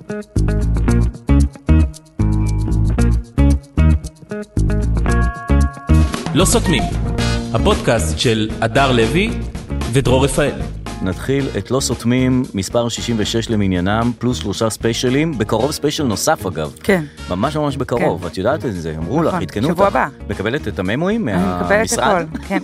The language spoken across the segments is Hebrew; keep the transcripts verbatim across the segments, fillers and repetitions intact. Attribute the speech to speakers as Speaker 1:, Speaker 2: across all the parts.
Speaker 1: לא סותמים, הפודקאסט של אדר לוי ודרור רפאל.
Speaker 2: נתחיל את לא סותמים מספר שישים ושש למניינם, פלוס שלושה ספיישלים, בקרוב ספיישל נוסף אגב.
Speaker 3: כן.
Speaker 2: ממש ממש בקרוב, כן. את יודעת את זה, אמרו לך, התקנו אותך.
Speaker 3: שבוע הבא.
Speaker 2: מקבלת את הממואים מהמשרד?
Speaker 3: אני מקבלת הכל, כן,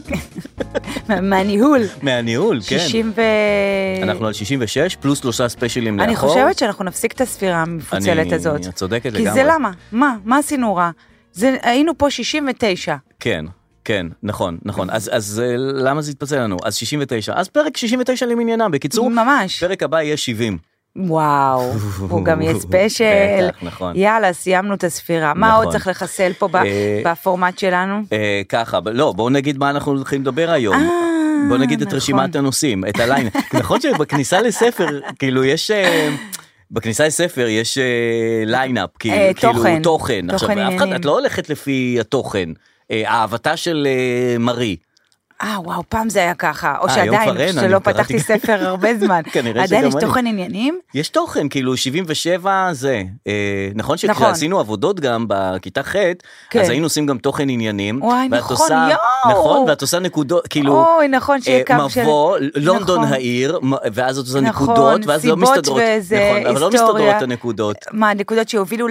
Speaker 3: כן. מהניהול.
Speaker 2: מהניהול, כן.
Speaker 3: שישים ו...
Speaker 2: אנחנו על שישים ושש, פלוס שלושה ספיישלים לאחור.
Speaker 3: אני חושבת שאנחנו נפסיק את הספירה המפוצלת הזאת.
Speaker 2: אני צודקת לגמרי.
Speaker 3: כי זה למה? מה? מה עשינו רע? היינו פה שישים ותשע.
Speaker 2: כן. כן, נכון, נכון. אז, אז למה זה יתפצל לנו? אז שישים ותשע. אז פרק שישים ותשע למניינם. בקיצור,
Speaker 3: ממש.
Speaker 2: פרק הבא יהיה שבעים.
Speaker 3: וואו, הוא גם יהיה ספיישל.
Speaker 2: בטח, נכון.
Speaker 3: יאללה, סיימנו את הספירה. מה עוד צריך לחסל פה בפורמט שלנו?
Speaker 2: ככה, לא, בואו נגיד מה אנחנו הולכים לדבר היום. בואו נגיד את רשימת הנושאים, את הליין. נכון שבכניסה לספר, כאילו יש... בכניסה לספר יש ליינאפ, כאילו תוכן. עכשיו, אף אחד, את לא הולכת לפי התוכן. אהבתה של מרי.
Speaker 3: אה, וואו, פעם זה היה ככה, או שעדיין, שלא פתחתי ספר הרבה זמן. עדיין יש תוכן עניינים?
Speaker 2: יש תוכן, כאילו שבעים ושבע זה. נכון שכשעשינו עבודות גם בכיתה ח', אז היינו עושים גם תוכן עניינים.
Speaker 3: וואי, נכון, יואו.
Speaker 2: נכון, ואת עושה נקודות, כאילו,
Speaker 3: אוי, נכון, שיהיה קו של...
Speaker 2: מבוא, לונדון העיר, ואז את עושה נקודות, ואז לא מסתדרות. נכון, אבל לא מסתדרות הנקודות.
Speaker 3: מה, נקודות שהובילו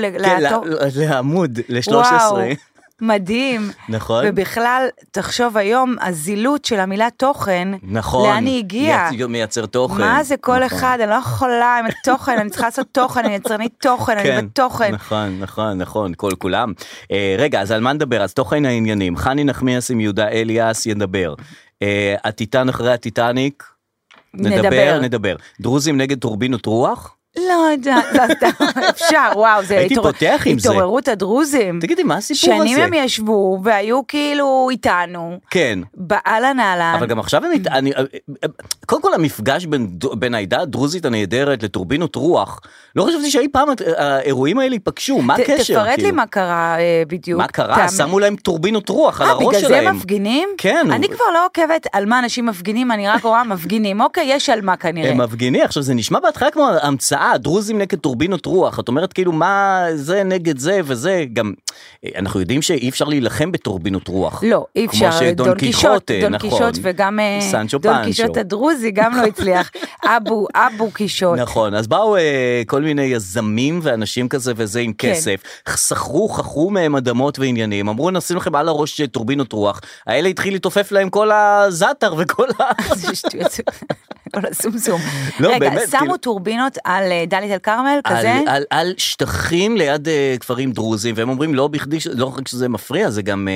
Speaker 2: לעמוד, ל-שלוש עשרה.
Speaker 3: מדהים.
Speaker 2: נכון.
Speaker 3: ובכלל, תחשוב היום, הזילות של המילה תוכן, נכון. לאן היא הגיעה?
Speaker 2: מייצר תוכן.
Speaker 3: מה זה כל נכון. אחד? אני לא יכולה עם התוכן, אני צריכה לעשות תוכן, אני יצרנית תוכן, כן. אני בתוכן.
Speaker 2: נכון, נכון, נכון, כל כולם. אה, רגע, אז על מה נדבר? אז תוכן העניינים. חני נחמיאס עם יהודה אליאס ידבר. אה, הטיטן אחרי הטיטניק, נדבר, נדבר. נדבר. דרוזים נגד טורבינות רוח?
Speaker 3: לא יודעת, אפשר, וואו, זה התעוררות הדרוזים.
Speaker 2: תגידי, מה הסיפור הזה?
Speaker 3: שנים הם ישבו והיו כאילו איתנו.
Speaker 2: כן.
Speaker 3: באלן אלן.
Speaker 2: אבל גם עכשיו הם, קודם כל המפגש בין העדה הדרוזית הנהדרת לטורבינות רוח, לא חשבתי שאי פעם האירועים האלה ייפגשו, מה הקשר?
Speaker 3: תפרט לי מה קרה בדיוק.
Speaker 2: מה קרה? שמו להם טורבינות רוח על הראש שלהם.
Speaker 3: בגלל זה מפגינים?
Speaker 2: כן.
Speaker 3: אני כבר לא עוקבת על מה אנשים מפגינים, אני רק רואה מפגינים. אוקיי, יש על מה כנראה.
Speaker 2: הם מפגינים, עכשיו זה נשמע בהתחלה כמו המצאה, דרוזים נגד טורבינות רוח, את אומרת כאילו מה זה נגד זה וזה, גם אנחנו יודעים שאי אפשר להילחם בטורבינות רוח.
Speaker 3: לא, אי אפשר, דון קישוט, דון קישוט וגם דון קישוט הדרוזי גם לא הצליח, אבו, אבו קישוט.
Speaker 2: נכון, אז באו כל מיני יזמים ואנשים כזה וזה עם כסף, סחרו, חכרו מהם אדמות ועניינים, אמרו נשים לכם על הראש טורבינות רוח, האלה התחיל להתעופף להם כל הזאטר וכל ה...
Speaker 3: זה שטויות. כל הסומסום. רגע, שמו טורבינות על דלית אל כרמל, כזה?
Speaker 2: על שטחים ליד כפרים דרוזים, והם אומרים לא בכדי, לא רק שזה מפריע, זה גם,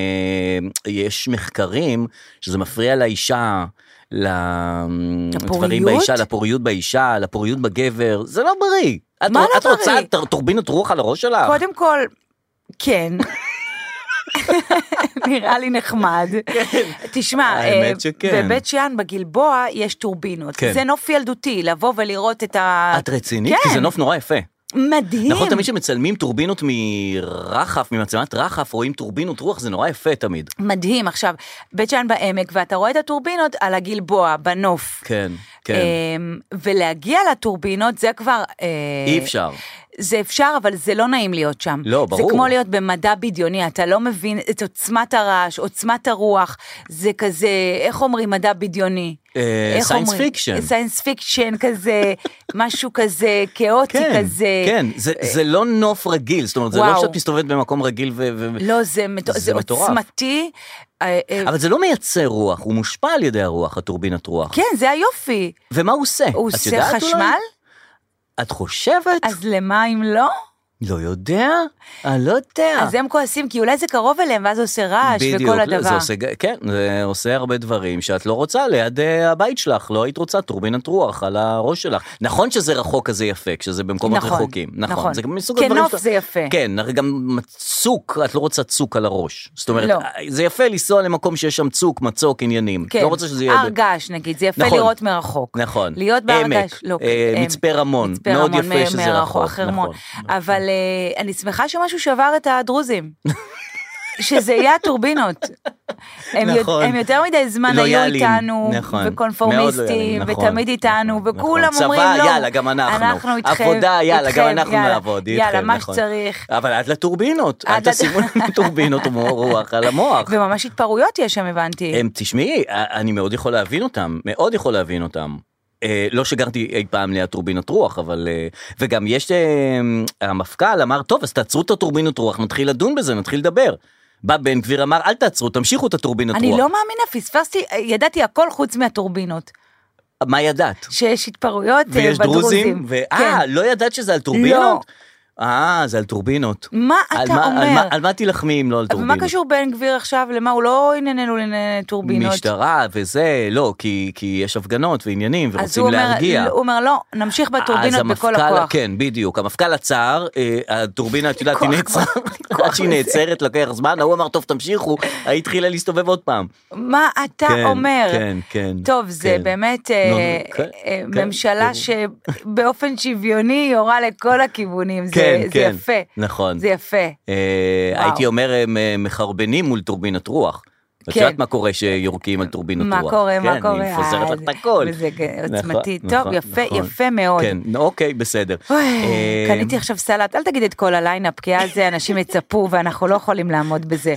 Speaker 2: יש מחקרים שזה מפריע לאישה, לדברים באישה, לפוריות באישה, לפוריות בגבר, זה לא בריא.
Speaker 3: מה לא בריא?
Speaker 2: את רוצה טורבינות רוח על הראש שלך?
Speaker 3: קודם כל, כן. נראה לי נחמד. תשמע, בבית שאן בגלבוע יש טורבינות, זה נוף ילדותי, לבוא ולראות את ה...
Speaker 2: את רצינית? כי זה נוף נורא יפה.
Speaker 3: מדהים.
Speaker 2: נכון, תמיד שמצלמים טורבינות מרחף, ממצלמת רחף, רואים טורבינות רוח, זה נורא יפה תמיד.
Speaker 3: מדהים, עכשיו, בית שאן בעמק, ואתה רואה את הטורבינות על הגלבוע, בנוף.
Speaker 2: כן, כן.
Speaker 3: ולהגיע לטורבינות, זה כבר...
Speaker 2: אי אפשר.
Speaker 3: זה אפשר, אבל זה לא נעים להיות שם.
Speaker 2: לא, ברור.
Speaker 3: זה כמו להיות במדע בדיוני, אתה לא מבין את עוצמת הרעש, עוצמת הרוח, זה כזה, איך אומרים מדע בדיוני?
Speaker 2: סיינס פיקשן.
Speaker 3: סיינס פיקשן כזה, משהו כזה, כאוטי כזה.
Speaker 2: כן, זה לא נוף רגיל, זאת אומרת, זה לא שאת מסתובבת במקום רגיל ו...
Speaker 3: לא, זה עוצמתי.
Speaker 2: אבל זה לא מייצר רוח, הוא מושפע על ידי הרוח, הטורבינת רוח.
Speaker 3: כן, זה היופי.
Speaker 2: ומה הוא עושה?
Speaker 3: הוא עושה חשמל?
Speaker 2: את חושבת?
Speaker 3: אז למה אם לא?
Speaker 2: לא יודע, אני לא יודע.
Speaker 3: אז הם כועסים, כי אולי זה קרוב אליהם, ואז זה עושה רעש וכל הדבר.
Speaker 2: זה עושה, כן, זה עושה הרבה דברים שאת לא רוצה ליד הבית שלך, לא היית רוצה טורבינת רוח על הראש שלך. נכון שזה רחוק כזה יפה, כשזה במקומות
Speaker 3: נכון,
Speaker 2: רחוקים. נכון,
Speaker 3: נכון.
Speaker 2: זה גם מסוג
Speaker 3: כנוף
Speaker 2: הדברים שאתה...
Speaker 3: זה יפה.
Speaker 2: כן, גם צוק, את לא רוצה צוק על הראש. זאת אומרת, לא. זה יפה לנסוע למקום שיש שם צוק, מצוק, עניינים.
Speaker 3: כן,
Speaker 2: לא רוצה שזה יהיה...
Speaker 3: הרגש נגיד, זה יפה
Speaker 2: נכון,
Speaker 3: לראות מרחוק.
Speaker 2: נכון.
Speaker 3: להיות בהרגש, לא.
Speaker 2: מצפה רמון, מאוד יפה שזה רחוק.
Speaker 3: אבל אני שמחה שמשהו שבר את הדרוזים. שזה יהיה הטורבינות. הם,
Speaker 2: נכון.
Speaker 3: הם יותר מדי זמן
Speaker 2: לא
Speaker 3: היו
Speaker 2: יעלים.
Speaker 3: איתנו,
Speaker 2: נכון.
Speaker 3: וקונפורמיסטים,
Speaker 2: נכון.
Speaker 3: ותמיד איתנו,
Speaker 2: נכון.
Speaker 3: וכולם
Speaker 2: נכון.
Speaker 3: אומרים
Speaker 2: צבא,
Speaker 3: לא,
Speaker 2: יאללה, גם אנחנו.
Speaker 3: אנחנו איתכם,
Speaker 2: עבודה, יאללה,
Speaker 3: איתכם,
Speaker 2: גם אנחנו
Speaker 3: יאללה,
Speaker 2: נעבוד.
Speaker 3: יאללה,
Speaker 2: איתכם,
Speaker 3: מה
Speaker 2: נכון.
Speaker 3: שצריך.
Speaker 2: אבל עד לטורבינות,
Speaker 3: עד
Speaker 2: אל
Speaker 3: לת-
Speaker 2: תשימו לנו טורבינות רוח על המוח.
Speaker 3: וממש התפרעויות יש שם, הבנתי.
Speaker 2: הם, תשמעי, אני מאוד יכול להבין אותם, מאוד יכול להבין אותם. אה, לא שגרתי אי פעם ליד טורבינות רוח, אבל... אה, וגם יש... אה, המפכ"ל אמר, טוב, אז תעצרו את הטורבינות רוח, נתחיל לדון בזה, נתחיל לדבר. בא בן גביר אמר, אל תעצרו, תמשיכו את הטורבינות רוח.
Speaker 3: אני לא מאמינה, פספסתי, ידעתי הכל חוץ מהטורבינות.
Speaker 2: מה ידעת?
Speaker 3: שיש התפרעויות אה,
Speaker 2: ויש
Speaker 3: בדרוזים.
Speaker 2: דרוזים? ואה,
Speaker 3: כן.
Speaker 2: לא ידעת שזה על טורבינות? אה, זה על טורבינות.
Speaker 3: מה
Speaker 2: על
Speaker 3: אתה
Speaker 2: מה-
Speaker 3: אומר?
Speaker 2: על מה- על מה תלחמי אם לא על
Speaker 3: אבל
Speaker 2: טורבינות?
Speaker 3: מה קשור בן גביר עכשיו? למה הוא לא ענייננו לענייני טורבינות?
Speaker 2: משטרה וזה, לא, כי, כי יש הפגנות ועניינים
Speaker 3: אז
Speaker 2: ורוצים
Speaker 3: הוא אומר,
Speaker 2: להרגיע.
Speaker 3: הוא אומר, לא, נמשיך בטורבינות
Speaker 2: אז
Speaker 3: בכל
Speaker 2: המפכ"ל-
Speaker 3: הכוח.
Speaker 2: כן, בדיוק. המפכ"ל עצר, אה, הטורבינה, את יודעת, היא
Speaker 3: כוח,
Speaker 2: נעצרה,
Speaker 3: כוח
Speaker 2: עד שהיא
Speaker 3: לזה.
Speaker 2: נעצרת, לוקח זמן, הוא אמר, טוב, תמשיכו, היא התחילה להסתובב עוד פעם.
Speaker 3: מה אתה
Speaker 2: כן,
Speaker 3: אומר?
Speaker 2: כן, כן.
Speaker 3: טוב, זה
Speaker 2: כן.
Speaker 3: באמת
Speaker 2: נו,
Speaker 3: אה,
Speaker 2: נו, כן,
Speaker 3: אה,
Speaker 2: כן,
Speaker 3: ממשלה
Speaker 2: כן.
Speaker 3: שבאופן שוויוני יורה לכל הכיוונים. זה-
Speaker 2: כן,
Speaker 3: זה
Speaker 2: כן.
Speaker 3: יפה.
Speaker 2: נכון.
Speaker 3: זה יפה.
Speaker 2: אה,
Speaker 3: וואו.
Speaker 2: הייתי אומר, הם אה, מחרבנים מול טורבינת רוח. את
Speaker 3: כן.
Speaker 2: יודעת מה קורה שיורקים על טורבינות
Speaker 3: מה
Speaker 2: רוח.
Speaker 3: קורה, מה
Speaker 2: כן,
Speaker 3: קורה.
Speaker 2: היא מפזרת
Speaker 3: אה,
Speaker 2: לך את הכל.
Speaker 3: וזה
Speaker 2: נכון,
Speaker 3: עוצמתי. טוב,
Speaker 2: נכון,
Speaker 3: יפה,
Speaker 2: נכון.
Speaker 3: יפה מאוד.
Speaker 2: כן, אוקיי, בסדר.
Speaker 3: אוי,
Speaker 2: אה,
Speaker 3: קניתי עכשיו סלט, אל תגיד את כל הליינאפ, כי אז אנשים יצפו ואנחנו לא יכולים לעמוד בזה.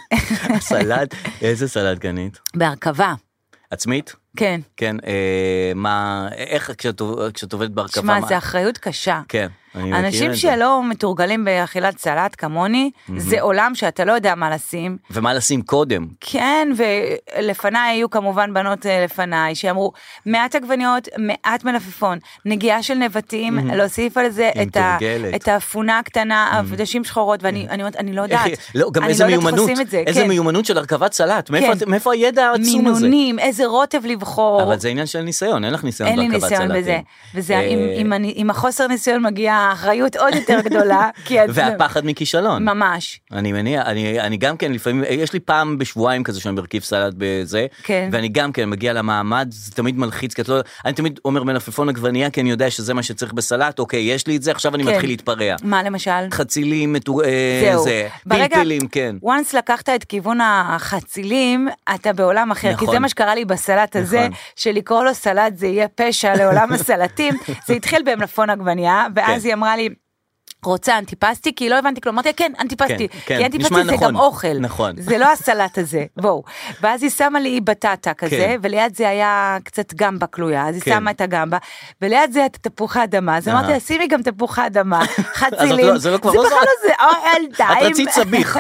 Speaker 2: סלט, איזה סלט קנית?
Speaker 3: בהרכבה,
Speaker 2: עצמית?
Speaker 3: כן.
Speaker 2: כן, אה, מה, איך כשאת, כשאת עובדת בהרכבה?
Speaker 3: שמע,
Speaker 2: מה-
Speaker 3: זה אחריות קשה.
Speaker 2: כן, אני מכיר
Speaker 3: אנשים
Speaker 2: את זה.
Speaker 3: שלא מתורגלים באכילת סלט כמוני, זה עולם שאתה לא יודע מה לשים.
Speaker 2: ומה לשים קודם?
Speaker 3: כן, ולפניי היו כמובן בנות אה, לפניי, שאמרו, מעט עגבניות, מעט מלפפון, נגיעה של נבטים, להוסיף על זה
Speaker 2: היא
Speaker 3: את ה-
Speaker 2: מתורגלת.
Speaker 3: את האפונה הקטנה, עבשים שחורות, ואני אני אומרת, אני לא יודעת.
Speaker 2: איך- לא, גם
Speaker 3: אני
Speaker 2: איזה
Speaker 3: לא יודעת איך
Speaker 2: מיומנות,
Speaker 3: עושים את זה,
Speaker 2: איזה
Speaker 3: כן.
Speaker 2: מיומנות של הרכבת סלט, מאיפה,
Speaker 3: כן.
Speaker 2: את- מאיפה הידע העצום הזה?
Speaker 3: מינונים, איזה רוטב לבחור.
Speaker 2: אבל זה עניין של ניסיון, אין לך ניסיון
Speaker 3: אין לי
Speaker 2: בהרכבת
Speaker 3: ניסיון
Speaker 2: סלטים.
Speaker 3: בזה, וזה
Speaker 2: אה,
Speaker 3: עם- עם אני- עם החוסר ניסיון מגיעה האחריות עוד יותר גדולה, כי את-
Speaker 2: והפחד מכישלון.
Speaker 3: ממש.
Speaker 2: אני מניע, אני, אני גם כן לפעמים, יש לי פעם בשבועיים כזה שאני מרכיב סלט בזה,
Speaker 3: כן.
Speaker 2: ואני גם כן מגיע למעמד, זה תמיד מלחיץ, כי את לא, אני תמיד אומר מלפפון עגבנייה, כי אני יודע שזה מה שצריך בסלט, אוקיי, יש לי את זה, עכשיו אני
Speaker 3: כן.
Speaker 2: מתחיל להתפרע.
Speaker 3: מה למשל?
Speaker 2: חצילים, מתור... אה,
Speaker 3: זהו.
Speaker 2: זה,
Speaker 3: ברגע-
Speaker 2: פלפלים, כן.
Speaker 3: once לקחת את כיוון החצילים, אתה בעולם אחר, כי
Speaker 2: נכון.
Speaker 3: זה מה שקרה לי בסלט הזה,
Speaker 2: נכון.
Speaker 3: שלקרוא לו סלט זה יהיה פשע לעולם הסלטים, זה התחיל במלפון עגבנייה, ואז
Speaker 2: כן.
Speaker 3: היא אמרה לי, רוצה אנטיפסטי? כי לא הבנתי כלום, אמרתי, כן, אנטיפסטי,
Speaker 2: כן, כן,
Speaker 3: כי אנטיפסטי
Speaker 2: נשמע
Speaker 3: זה
Speaker 2: נכון,
Speaker 3: גם אוכל,
Speaker 2: נכון.
Speaker 3: זה לא הסלט הזה, בואו. ואז היא שמה לי בטטה כזה,
Speaker 2: כן.
Speaker 3: וליד זה היה קצת גמבה כלויה, אז היא
Speaker 2: כן.
Speaker 3: שמה את הגמבה, וליד זה את תפוחי אדמה, אז אמרתי לה, שימי גם תפוחי אדמה, חצילים,
Speaker 2: לא- זה לא כבר לא
Speaker 3: בכלל
Speaker 2: זו-
Speaker 3: לא זה, אוכל טעים.
Speaker 2: את רצית סביך.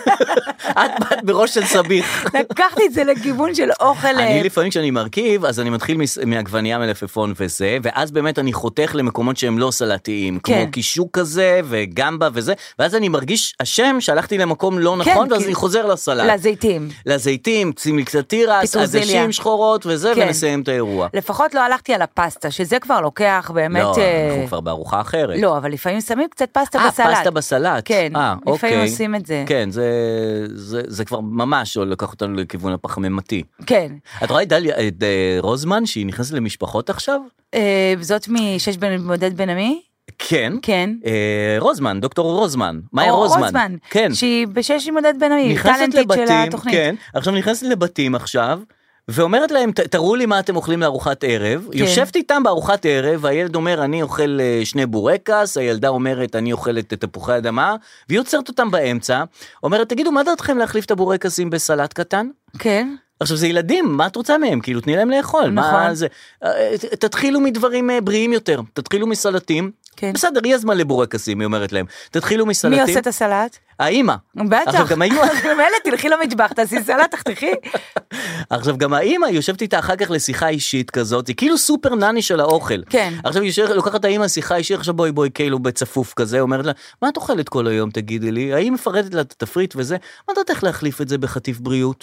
Speaker 2: את באת בראש של סביך.
Speaker 3: לקחתי את זה לכיוון של אוכל.
Speaker 2: אני לפעמים כשאני מרכיב, אז אני מתחיל מס- מעגבנייה מלפפון וזה, ואז באמת אני חותך למקומות שהם לא סלטיים,
Speaker 3: כן.
Speaker 2: כמו קישוק כזה וגמבה וזה, ואז אני מרגיש אשם שהלכתי למקום לא
Speaker 3: כן,
Speaker 2: נכון, ואז
Speaker 3: כי-
Speaker 2: אני חוזר לסלט.
Speaker 3: לזיתים.
Speaker 2: לזיתים, שים לי קצת תירס,
Speaker 3: פטרוזיליה.
Speaker 2: עדשים שחורות וזה,
Speaker 3: כן.
Speaker 2: ונסיים את האירוע.
Speaker 3: לפחות לא הלכתי על הפסטה, שזה כבר לוקח באמת...
Speaker 2: לא,
Speaker 3: אה,
Speaker 2: אנחנו כבר בארוחה אחרת.
Speaker 3: לא, אבל לפעמים שמים קצת פסטה
Speaker 2: אה,
Speaker 3: בסלט.
Speaker 2: פסטה בסלט.
Speaker 3: כן,
Speaker 2: אה,
Speaker 3: לפעמים
Speaker 2: אוקיי.
Speaker 3: עושים את זה.
Speaker 2: כן, זה, זה, זה כבר ממש לקח אותנו לכיוון הפחמימתי.
Speaker 3: כן.
Speaker 2: את רואה את דליה, את אה, רוזמן, שהיא נכנסת למשפחות עכשיו?
Speaker 3: אה, זאת משש בן מודד בן עמי?
Speaker 2: כן.
Speaker 3: כן.
Speaker 2: אה, רוזמן, דוקטור רוזמן. מאיה
Speaker 3: או
Speaker 2: רוזמן.
Speaker 3: רוזמן.
Speaker 2: כן.
Speaker 3: שהיא בשש עם מודד בן עמי.
Speaker 2: נכנסת
Speaker 3: טלנטית של
Speaker 2: לבתים,
Speaker 3: התוכנית.
Speaker 2: כן. עכשיו נכנסת לבתים עכשיו, ואומרת להם, "ת- תראו לי מה אתם אוכלים לארוחת ערב.
Speaker 3: כן.
Speaker 2: יושבת איתם בארוחת ערב, והילד אומר, אני אוכל אה, שני בורקס, הילדה אומרת, אני אוכלת את תפוחי אדמה, והיא עוצרת אותם באמצע, אומרת, תגידו, מה דעתכם להחליף את הבורקסים בסלט קטן?
Speaker 3: כן.
Speaker 2: עכשיו זה ילדים, מה את רוצה מהם? כאילו תני להם לאכול,
Speaker 3: נכון.
Speaker 2: מה זה? אה, ת- תתחילו מדברים אה, בריאים יותר, תתחילו מסלטים,
Speaker 3: כן.
Speaker 2: בסדר, יהיה זמן לבורקסים, היא אומרת להם, תתחילו מסלטים.
Speaker 3: מי עושה את הסלט?
Speaker 2: האמא.
Speaker 3: בטח.
Speaker 2: עכשיו גם האמא,
Speaker 3: מילא תלכי למטבח, תעשי סלט, תחתכי.
Speaker 2: עכשיו גם האמא יושבת איתה אחר כך לשיחה אישית כזאת, היא כאילו סופר נני של האוכל.
Speaker 3: כן.
Speaker 2: עכשיו היא יושבת, לוקחת האמא שיחה אישית, עכשיו בואי בואי כאילו בצפוף כזה, אומרת לה, מה את אוכלת כל היום תגידי לי? האם מפרטת לה את התפריט וזה, מה דעת איך להחליף את זה בחטיף בריאות?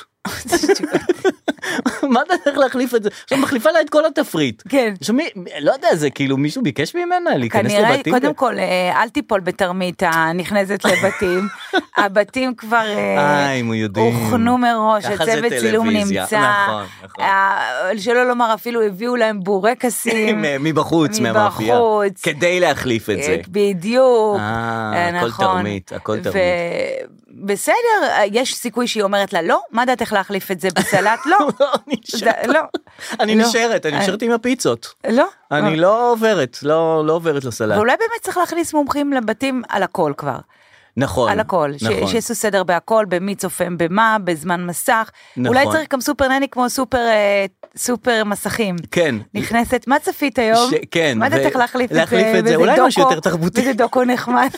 Speaker 2: מה דעת איך להחליף את זה? עכשיו מחליפה לה את כל התפריט.
Speaker 3: כן.
Speaker 2: עכשיו מי, לא יודע, זה כאילו מישהו ביקש ממנה להיכנס
Speaker 3: כנראה,
Speaker 2: לבתים?
Speaker 3: קודם כל, אה, אל תיפול בתרמית הנכנסת לבתים, הבתים כבר הוכנו מראש, הצוות צילום נמצא, שלא לומר אפילו הביאו להם בורקסים.
Speaker 2: מבחוץ, מהמאפייה. כדי להחליף את זה.
Speaker 3: בדיוק.
Speaker 2: הכל תרמית, הכל תרמית.
Speaker 3: בסדר, יש סיכוי שהיא אומרת לה, לא, מה דעתך להחליף את זה בסלט? לא. לא.
Speaker 2: אני נשארת, אני נשארת עם הפיצות.
Speaker 3: לא.
Speaker 2: אני לא עוברת, לא עוברת לסלט.
Speaker 3: ואולי באמת צריך להכניס מומחים לבתים על הכל כבר.
Speaker 2: נכון.
Speaker 3: על הכל, נכון. שיעשו סדר בהכל, במי צופם במה, בזמן מסך. נכון. אולי צריך גם סופר נני כמו סופר, סופר מסכים.
Speaker 2: כן.
Speaker 3: נכנסת, מה צפית היום?
Speaker 2: ש... כן.
Speaker 3: מה דעתך להחליף,
Speaker 2: להחליף את זה? אולי משהו יותר תרבותי.
Speaker 3: וזה דוקו נחמד.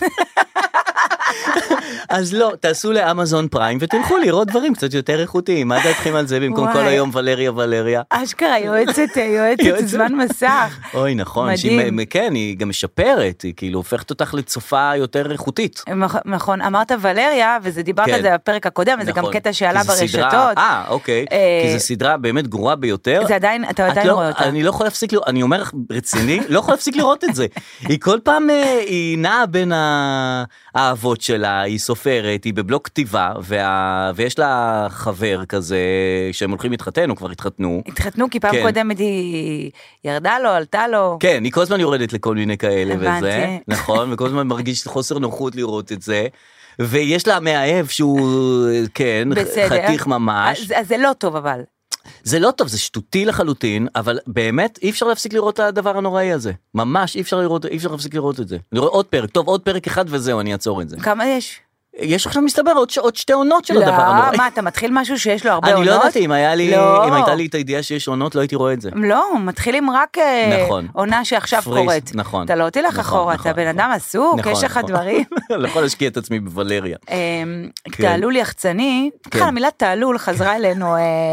Speaker 2: אז לא, תעשו לאמזון פריים ותלכו לראות דברים קצת יותר איכותיים. מה דעתכם על זה במקום כל היום ולריה ולריה?
Speaker 3: אשכרה, יועצת, יועצת זמן מסך.
Speaker 2: אוי, נכון. כן, היא גם משפרת, היא כאילו הופכת אותך לצופה יותר איכותית.
Speaker 3: נכון, אמרת ולריה, וזה דיברת על זה בפרק הקודם, וזה גם קטע שעלה ברשתות.
Speaker 2: אה, אוקיי. כי זו סדרה באמת גרועה ביותר.
Speaker 3: זה עדיין, אתה עדיין רואה אותה.
Speaker 2: אני לא יכול להפסיק, אני אומר רציני, לא יכול להפסיק לראות את זה. היא כל פעם, היא נעה בין האהבות שלה, היא סופרת, היא בבלוק כתיבה, וה... ויש לה חבר כזה, שהם הולכים להתחתן, או כבר התחתנו.
Speaker 3: התחתנו, כי פעם כן. קודמת היא ירדה לו, עלתה לו.
Speaker 2: כן, היא כל הזמן יורדת לכל מיני כאלה וזה, נכון, וכל הזמן מרגיש חוסר נוחות לראות את זה, ויש לה מאהב שהוא, כן, בסדר. חתיך ממש.
Speaker 3: אז, אז זה לא טוב אבל.
Speaker 2: זה לא טוב, זה שטותי לחלוטין, אבל באמת אי אפשר להפסיק לראות את הדבר הנוראי הזה. ממש אי אפשר לראות, אי אפשר להפסיק לראות את זה. אני רואה עוד פרק, טוב, עוד פרק אחד וזהו, אני אעצור את זה.
Speaker 3: כמה יש?
Speaker 2: יש עכשיו מסתבר עוד, עוד שתי עונות של
Speaker 3: לא,
Speaker 2: הדבר הנוראי.
Speaker 3: מה, אתה מתחיל משהו שיש לו הרבה
Speaker 2: אני
Speaker 3: עונות?
Speaker 2: אני לא ידעתי, אם, היה לי,
Speaker 3: לא.
Speaker 2: אם הייתה לי את הידיעה שיש עונות, לא הייתי רואה את זה.
Speaker 3: לא, מתחילים רק נכון. עונה שעכשיו
Speaker 2: פריס,
Speaker 3: קורית.
Speaker 2: נכון.
Speaker 3: אתה לא תלך
Speaker 2: נכון,
Speaker 3: אחורה,
Speaker 2: נכון,
Speaker 3: אתה בן
Speaker 2: נכון.
Speaker 3: אדם עסוק,
Speaker 2: נכון,
Speaker 3: יש לך
Speaker 2: נכון.
Speaker 3: דברים.
Speaker 2: לא יכול להשקיע את עצמי בוולריה.
Speaker 3: תעלול יחצני, בכלל המילה תעלול חזרה אלינו.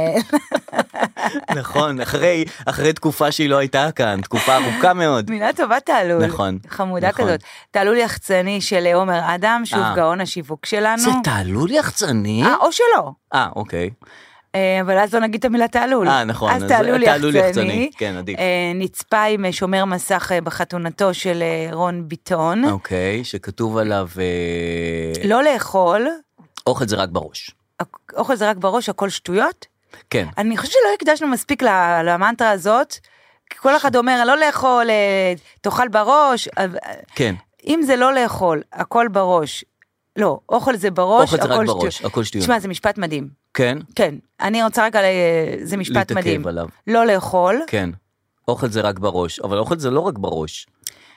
Speaker 2: נכון, אחרי, אחרי תקופה שהיא לא הייתה כאן, תקופה ארוכה מאוד.
Speaker 3: מילה טובה תעלול.
Speaker 2: נכון.
Speaker 3: חמודה כזאת. תעלול יחצני של עומר אדם, שוב גאון השיווק שלנו.
Speaker 2: זה תעלול יחצני?
Speaker 3: אה, או שלא.
Speaker 2: אה, אוקיי.
Speaker 3: אבל אז לא נגיד את המילה תעלול.
Speaker 2: אה, נכון.
Speaker 3: אז תעלול יחצני.
Speaker 2: כן, עדיף.
Speaker 3: נצפה עם שומר מסך בחתונתו של רון ביטון.
Speaker 2: אוקיי, שכתוב עליו...
Speaker 3: לא לאכול.
Speaker 2: אוכל זה רק בראש.
Speaker 3: אוכל זה רק בראש, הכל שטויות?
Speaker 2: כן.
Speaker 3: אני חושבת שלא הקדשנו מספיק למנטרה הזאת, כי כל אחד אומר, לא לאכול, תאכל בראש.
Speaker 2: כן.
Speaker 3: אם זה לא לאכול, הכל בראש, לא, אוכל זה בראש,
Speaker 2: אוכל זה רק בראש, הכל שטויות.
Speaker 3: תשמע, זה משפט מדהים.
Speaker 2: כן?
Speaker 3: כן. אני רוצה רגע, זה משפט מדהים.
Speaker 2: להתעכב עליו.
Speaker 3: לא לאכול.
Speaker 2: כן. אוכל זה רק בראש, אבל אוכל זה לא רק בראש.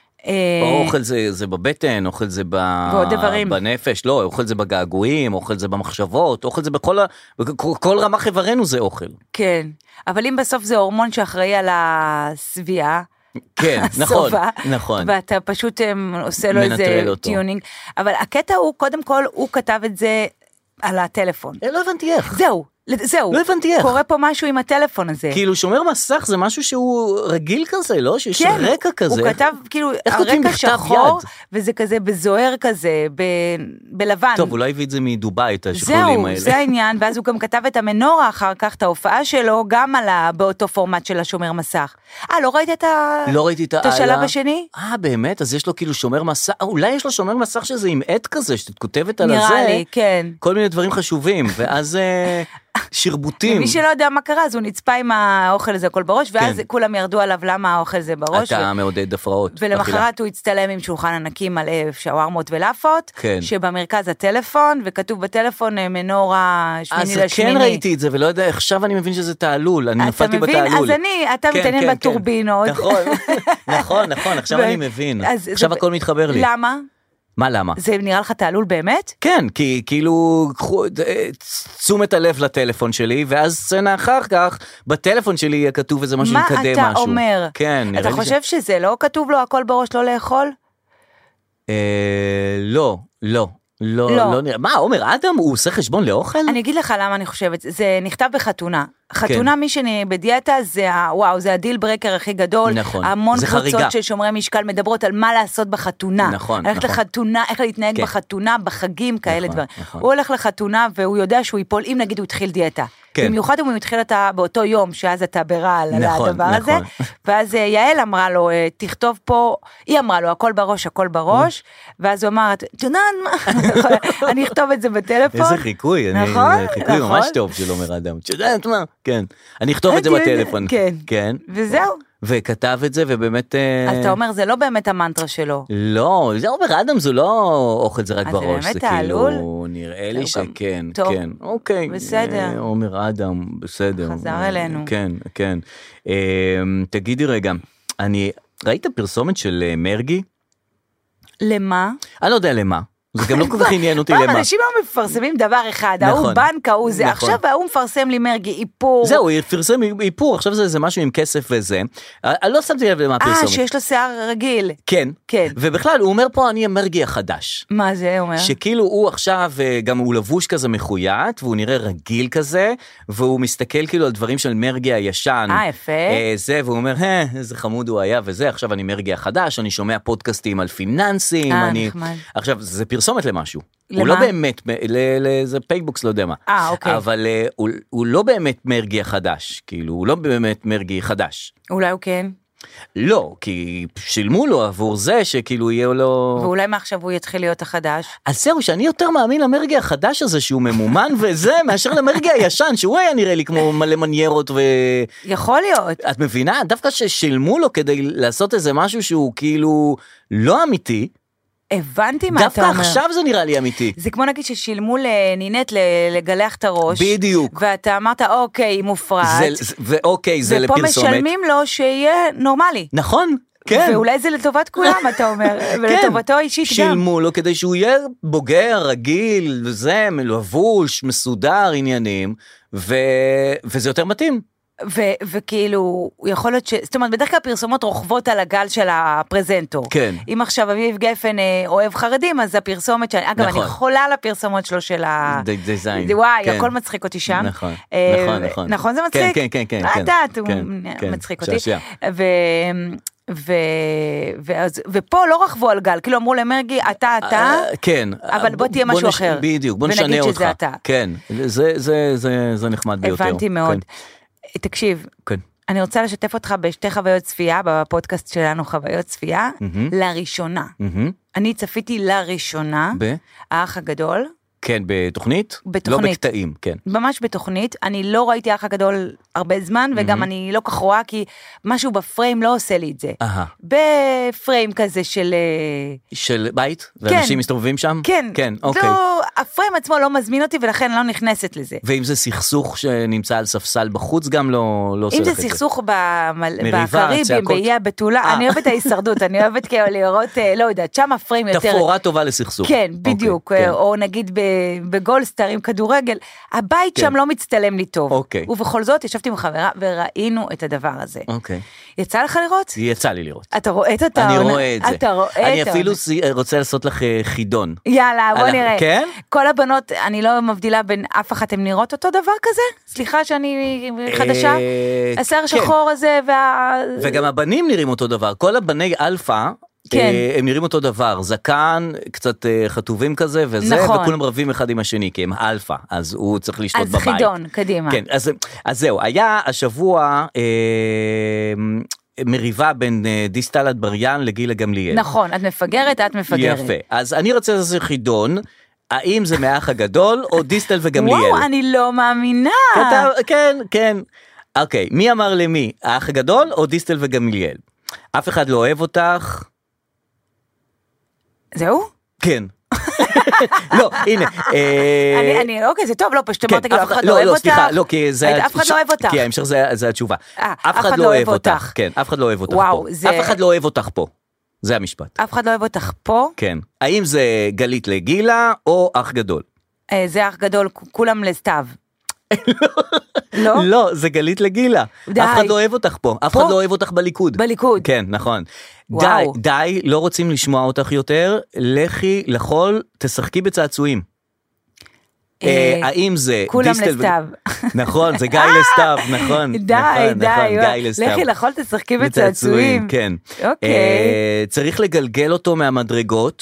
Speaker 2: אוכל זה, זה בבטן, אוכל זה ב... בנפש, לא, אוכל זה בגעגועים, אוכל זה במחשבות, אוכל זה בכל, ה... בכל, כל רמה חברנו זה אוכל.
Speaker 3: כן, אבל אם בסוף זה הורמון שאחראי על הסביעה,
Speaker 2: כן, נכון, נכון.
Speaker 3: ואתה פשוט עושה לו איזה טיונינג, אבל הקטע הוא, קודם כל, הוא כתב את זה על הטלפון.
Speaker 2: לא הבנתי איך.
Speaker 3: זהו. זהו,
Speaker 2: לא הבנתי איך.
Speaker 3: קורה פה משהו עם הטלפון הזה.
Speaker 2: כאילו שומר מסך זה משהו שהוא רגיל כזה, לא? שיש
Speaker 3: כן,
Speaker 2: רקע כזה.
Speaker 3: הוא כתב כאילו הרקע שחור, וזה כזה בזוהר כזה, ב... בלבן.
Speaker 2: טוב, אולי הביא את זה מדובאי, את השכלולים האלה.
Speaker 3: זהו, זה העניין, ואז הוא גם כתב את המנורה אחר כך, את ההופעה שלו, גם על ה... באותו פורמט של השומר מסך. אה, לא ראית את, ה...
Speaker 2: לא ראיתי את,
Speaker 3: את השלב השני?
Speaker 2: אה, באמת? אז יש לו כאילו שומר מסך, אולי יש לו שומר מסך שזה עם עט כזה, שאת כותבת על הזה.
Speaker 3: נראה לי, כן.
Speaker 2: כל מיני דברים חשובים, ואז... שרבוטים.
Speaker 3: ומי שלא יודע מה קרה, אז הוא נצפה עם האוכל הזה הכל בראש, ואז כן. כולם ירדו עליו למה האוכל זה בראש.
Speaker 2: אתה ו... מעודד הפרעות.
Speaker 3: ולמחרת הוא הצטלם עם שולחן ענקים מלא שווארמות ולאפות,
Speaker 2: כן.
Speaker 3: שבמרכז הטלפון, וכתוב בטלפון מנורה שמיני לשמיני.
Speaker 2: אז כן ראיתי את זה, ולא יודע, עכשיו אני מבין שזה תעלול, אני נפלתי בתעלול.
Speaker 3: אתה מבין? אז אני, אתה כן, מתעניין כן, בטורבינות. כן.
Speaker 2: נכון, נכון, נכון, עכשיו ו... אני מבין. אז, עכשיו זה... הכל מתחבר לי.
Speaker 3: למה?
Speaker 2: מה למה?
Speaker 3: זה נראה לך תעלול באמת?
Speaker 2: כן, כי כאילו, תשומת הלב לטלפון שלי, ואז סצנה אחר כך, בטלפון שלי יהיה כתוב איזה משהו מקדם משהו.
Speaker 3: מה אתה אומר?
Speaker 2: כן, נראה לי
Speaker 3: אתה חושב ש... שזה לא כתוב לו הכל בראש לא לאכול?
Speaker 2: אה, לא, לא. לא, לא. לא נראה. מה, עומר אדם, הוא עושה חשבון לאוכל?
Speaker 3: אני אגיד לך למה אני חושבת, זה נכתב בחתונה. חתונה, מי שאני בדיאטה, זה, וואו, זה הדיל ברקר הכי גדול.
Speaker 2: נכון.
Speaker 3: המון קבוצות של שומרי משקל מדברות על מה לעשות בחתונה.
Speaker 2: נכון,
Speaker 3: הולך
Speaker 2: נכון.
Speaker 3: לחתונה, איך להתנהג
Speaker 2: כן.
Speaker 3: בחתונה, בחגים, כאלה
Speaker 2: נכון,
Speaker 3: דברים.
Speaker 2: נכון.
Speaker 3: הוא הולך לחתונה, והוא יודע שהוא ייפול, אם נגיד הוא התחיל דיאטה.
Speaker 2: כן.
Speaker 3: במיוחד אם הוא התחיל אתה באותו יום, שאז אתה ברעל על
Speaker 2: נכון,
Speaker 3: הדבר
Speaker 2: נכון.
Speaker 3: הזה. ואז יעל אמרה לו, תכתוב פה, היא אמרה לו, הכל בראש, הכל בראש. ואז הוא אמר, תודה, אני אכתוב את זה בטלפון.
Speaker 2: איזה חיקוי, אני-
Speaker 3: נכון,
Speaker 2: זה חיקוי
Speaker 3: נכון.
Speaker 2: ממש טוב של עומר אדם. את יודעת מה? כן. אני אכתוב את זה בטלפון.
Speaker 3: כן.
Speaker 2: כן.
Speaker 3: וזהו.
Speaker 2: וכתב את זה, ובאמת... אה,
Speaker 3: אז אתה אומר, זה לא באמת המנטרה שלו.
Speaker 2: לא, זה עומר אדם, זה לא אוכל זה רק
Speaker 3: אז זה
Speaker 2: בראש,
Speaker 3: באמת
Speaker 2: זה כאילו,
Speaker 3: העלול?
Speaker 2: נראה לי
Speaker 3: זהו גם.
Speaker 2: שכן,
Speaker 3: טוב.
Speaker 2: כן, אוקיי,
Speaker 3: בסדר.
Speaker 2: אה, עומר אדם, בסדר.
Speaker 3: חזר
Speaker 2: אה,
Speaker 3: אלינו.
Speaker 2: כן, כן. אה, תגידי רגע, אני, ראית פרסומת של אה, מרגי?
Speaker 3: למה?
Speaker 2: אני לא יודע למה, זה גם לא כל כך עניין אותי
Speaker 3: פעם
Speaker 2: למה.
Speaker 3: אנשים היום מפרסמים דבר אחד,
Speaker 2: נכון.
Speaker 3: ההוא בנקה, הוא זה,
Speaker 2: נכון.
Speaker 3: עכשיו ההוא מפרסם לי מרגי, איפור.
Speaker 2: זהו, הוא פרסם איפור, עכשיו זה איזה משהו עם כסף וזה. אני לא שמתי לב למה
Speaker 3: אה,
Speaker 2: הפרסומת.
Speaker 3: שיש לו שיער רגיל.
Speaker 2: כן,
Speaker 3: כן.
Speaker 2: ובכלל הוא אומר פה אני המרגי החדש.
Speaker 3: מה זה אומר?
Speaker 2: שכאילו הוא עכשיו, גם הוא לבוש כזה מחויית, והוא נראה רגיל כזה, והוא מסתכל כאילו על דברים של מרגי הישן.
Speaker 3: אה, יפה.
Speaker 2: אה, זה, והוא אומר, אה, איזה חמוד הוא היה וזה, עכשיו אני מרגי החדש, אני שומע פודקאסטים על פיננסים,
Speaker 3: אה,
Speaker 2: אני...
Speaker 3: נחמד.
Speaker 2: עכשיו, זה פרסומת למשהו.
Speaker 3: למה?
Speaker 2: הוא לא באמת, לאיזה פייבוקס, לא יודע מה.
Speaker 3: אה, אוקיי.
Speaker 2: אבל אה, הוא, הוא לא באמת מרגי החדש, כאילו, הוא לא באמת מרגי חדש.
Speaker 3: אולי הוא כן.
Speaker 2: לא, כי שילמו לו עבור זה שכאילו יהיה לו...
Speaker 3: ואולי מעכשיו הוא יתחיל להיות החדש.
Speaker 2: אז זהו, שאני יותר מאמין למרגי החדש הזה שהוא ממומן וזה, מאשר למרגי הישן, שהוא היה נראה לי כמו מלא מניירות ו...
Speaker 3: יכול להיות.
Speaker 2: את מבינה? דווקא ששילמו לו כדי לעשות איזה משהו שהוא כאילו לא אמיתי,
Speaker 3: הבנתי מה אתה
Speaker 2: דווקא
Speaker 3: אומר.
Speaker 2: עכשיו זה נראה לי אמיתי.
Speaker 3: זה כמו נגיד ששילמו לנינט לגלח את הראש.
Speaker 2: בדיוק.
Speaker 3: ואתה אמרת, אוקיי, היא מופרעת.
Speaker 2: זה- זה- ואוקיי, זה
Speaker 3: ופה
Speaker 2: לפרסומת.
Speaker 3: משלמים לו שיהיה נורמלי.
Speaker 2: נכון, כן.
Speaker 3: ואולי זה לטובת כולם, אתה אומר, ולטובתו האישית גם.
Speaker 2: שילמו לו כדי שהוא יהיה בוגר, רגיל, וזה, לבוש, מסודר, עניינים, ו... וזה יותר מתאים.
Speaker 3: ו- וכאילו, יכול להיות ש... זאת אומרת, בדרך כלל פרסומות רוכבות על הגל של הפרזנטור.
Speaker 2: כן.
Speaker 3: אם עכשיו אביב גפן אה, אוהב חרדים, אז הפרסומת שאני... אגב,
Speaker 2: נכון.
Speaker 3: אני חולה על הפרסומות שלו של ה...
Speaker 2: ד- דיזיין.
Speaker 3: זה- וואי,
Speaker 2: כן.
Speaker 3: הכל מצחיק אותי שם.
Speaker 2: נכון,
Speaker 3: אה,
Speaker 2: נכון, נכון.
Speaker 3: נכון זה מצחיק?
Speaker 2: כן, כן, כן,
Speaker 3: לא
Speaker 2: כן.
Speaker 3: יודעת, הוא
Speaker 2: כן, כן,
Speaker 3: מצחיק אותי.
Speaker 2: שעשע.
Speaker 3: ו... ו... ואז... ופה לא רכבו על גל, כאילו אמרו למרגי, אתה, אתה,
Speaker 2: אה, כן.
Speaker 3: אבל בוא תהיה משהו
Speaker 2: נש-
Speaker 3: אחר.
Speaker 2: בדיוק, בוא
Speaker 3: ונגיד
Speaker 2: נשנה אותך.
Speaker 3: שזה אתה.
Speaker 2: כן, זה- זה- זה זה נחמד ביותר.
Speaker 3: הבנתי מאוד.
Speaker 2: כן,
Speaker 3: תקשיב,
Speaker 2: כן.
Speaker 3: אני רוצה לשתף אותך בשתי חוויות צפייה, בפודקאסט שלנו חוויות צפייה, לראשונה.
Speaker 2: מהמם.
Speaker 3: אני צפיתי לראשונה,
Speaker 2: ב?
Speaker 3: האח הגדול,
Speaker 2: כן, בתוכנית?
Speaker 3: בתוכנית.
Speaker 2: לא בקטעים, כן.
Speaker 3: ממש בתוכנית, אני לא ראיתי האח הגדול הרבה זמן, וגם אני לא כך רואה, כי משהו בפריים לא עושה לי את זה.
Speaker 2: אהה.
Speaker 3: בפריים כזה של... אה,
Speaker 2: של בית? ואנשים מסתובבים שם?
Speaker 3: כן.
Speaker 2: כן, אוקיי.
Speaker 3: לא, הפריים עצמו לא מזמין אותי, ולכן לא נכנסת לזה.
Speaker 2: ואם זה סכסוך שנמצא על ספסל בחוץ, גם לא לא עושה
Speaker 3: אם
Speaker 2: לך
Speaker 3: זה
Speaker 2: את זה.
Speaker 3: סכסוך במל-
Speaker 2: מריבה,
Speaker 3: בקריבים,
Speaker 2: צעקות.
Speaker 3: באיי הבתולה,
Speaker 2: אה.
Speaker 3: אני אוהבת את ההישרדות, אני אוהבת כאילו לראות, אה, לא יודעת, שם הפריים יותר...
Speaker 2: תפאורה טובה לסכסוך.
Speaker 3: כן, בדיוק,
Speaker 2: אוקיי, כן.
Speaker 3: או נגיד ב- בגולדסטאר עם כדורגל, הבית
Speaker 2: כן.
Speaker 3: שם לא מצטלם לי טוב.
Speaker 2: אוקיי.
Speaker 3: ובכל זאת, ישבתי עם חברה וראינו את הדבר הזה.
Speaker 2: אוקיי.
Speaker 3: יצא לך לראות?
Speaker 2: יצא לי לראות.
Speaker 3: אתה רואה את
Speaker 2: אני
Speaker 3: העונה?
Speaker 2: רואה את זה.
Speaker 3: אתה רואה את העונה?
Speaker 2: אני אפילו סי- רוצה לעשות לך אה, חידון.
Speaker 3: יאללה, בוא
Speaker 2: על ה-
Speaker 3: נראה.
Speaker 2: כן?
Speaker 3: כל הבנות, אני לא מבדילה בין אף אחת, הן נראות אותו דבר כזה? סליחה שאני חדשה?
Speaker 2: אה,
Speaker 3: השיער
Speaker 2: כן.
Speaker 3: השחור הזה וה...
Speaker 2: וגם הבנים נראים אותו דבר. כל הבני אלפא,
Speaker 3: כן.
Speaker 2: אה, הם נראים אותו דבר. זקן, קצת אה, חטובים כזה וזה,
Speaker 3: נכון.
Speaker 2: וכולם רבים אחד עם השני, כי הם אלפא, אז הוא צריך לשלוט
Speaker 3: אז
Speaker 2: בבית.
Speaker 3: חידון, קדימה.
Speaker 2: כן, אז, אז זהו, היה השבוע אה, מריבה בין אה, דיסטל אטבריאן לגילה גמליאל.
Speaker 3: נכון, את מפגרת, את מפגרת.
Speaker 2: יפה, אז אני רוצה לעשות חידון, האם זה מהאח הגדול או דיסטל וגמליאל?
Speaker 3: וואו, אני לא מאמינה.
Speaker 2: כתב, כן, כן. אוקיי, מי אמר למי? האח הגדול או דיסטל וגמליאל? אף אחד לא אוהב אותך?
Speaker 3: זהו?
Speaker 2: כן. לא, הנה. אה,
Speaker 3: אני, אני, אוקיי, זה טוב, לא, פשוט
Speaker 2: כן,
Speaker 3: אמרת, כאילו, אף אחד לא
Speaker 2: לא,
Speaker 3: אוהב
Speaker 2: לא,
Speaker 3: אותך.
Speaker 2: סליחה, לא, כי זה...
Speaker 3: אף אחד לא אוהב אותך.
Speaker 2: כי ההמשך זה זה התשובה.
Speaker 3: אה,
Speaker 2: אף אחד לא אוהב אותך. כן, אף אחד לא אוהב אותך פה.
Speaker 3: וואו, זה-
Speaker 2: אף אחד לא אוהב אותך פה. זה המשפט.
Speaker 3: אף אחד לא אוהב אותך פה.
Speaker 2: כן. האם זה גלית לגילה או אח גדול?
Speaker 3: אה, זה אח גדול, כ- כולם לסתיו. לא?
Speaker 2: לא, זה גלית לגילה.
Speaker 3: די.
Speaker 2: אף אחד לא אוהב אותך פה. אף
Speaker 3: פה?
Speaker 2: אחד לא אוהב אותך בליכוד.
Speaker 3: בליכוד.
Speaker 2: כן, נכון. די,
Speaker 3: וואו.
Speaker 2: די, לא רוצים לשמוע אותך יותר. לכי לחול, תשחקי בצעצועים. האם זה
Speaker 3: כולם לסתיו.
Speaker 2: נכון, זה גיא לסתיו, נכון.
Speaker 3: די, די, לכי לחול תשחקי בצעצועים.
Speaker 2: כן. צריך לגלגל אותו מהמדרגות.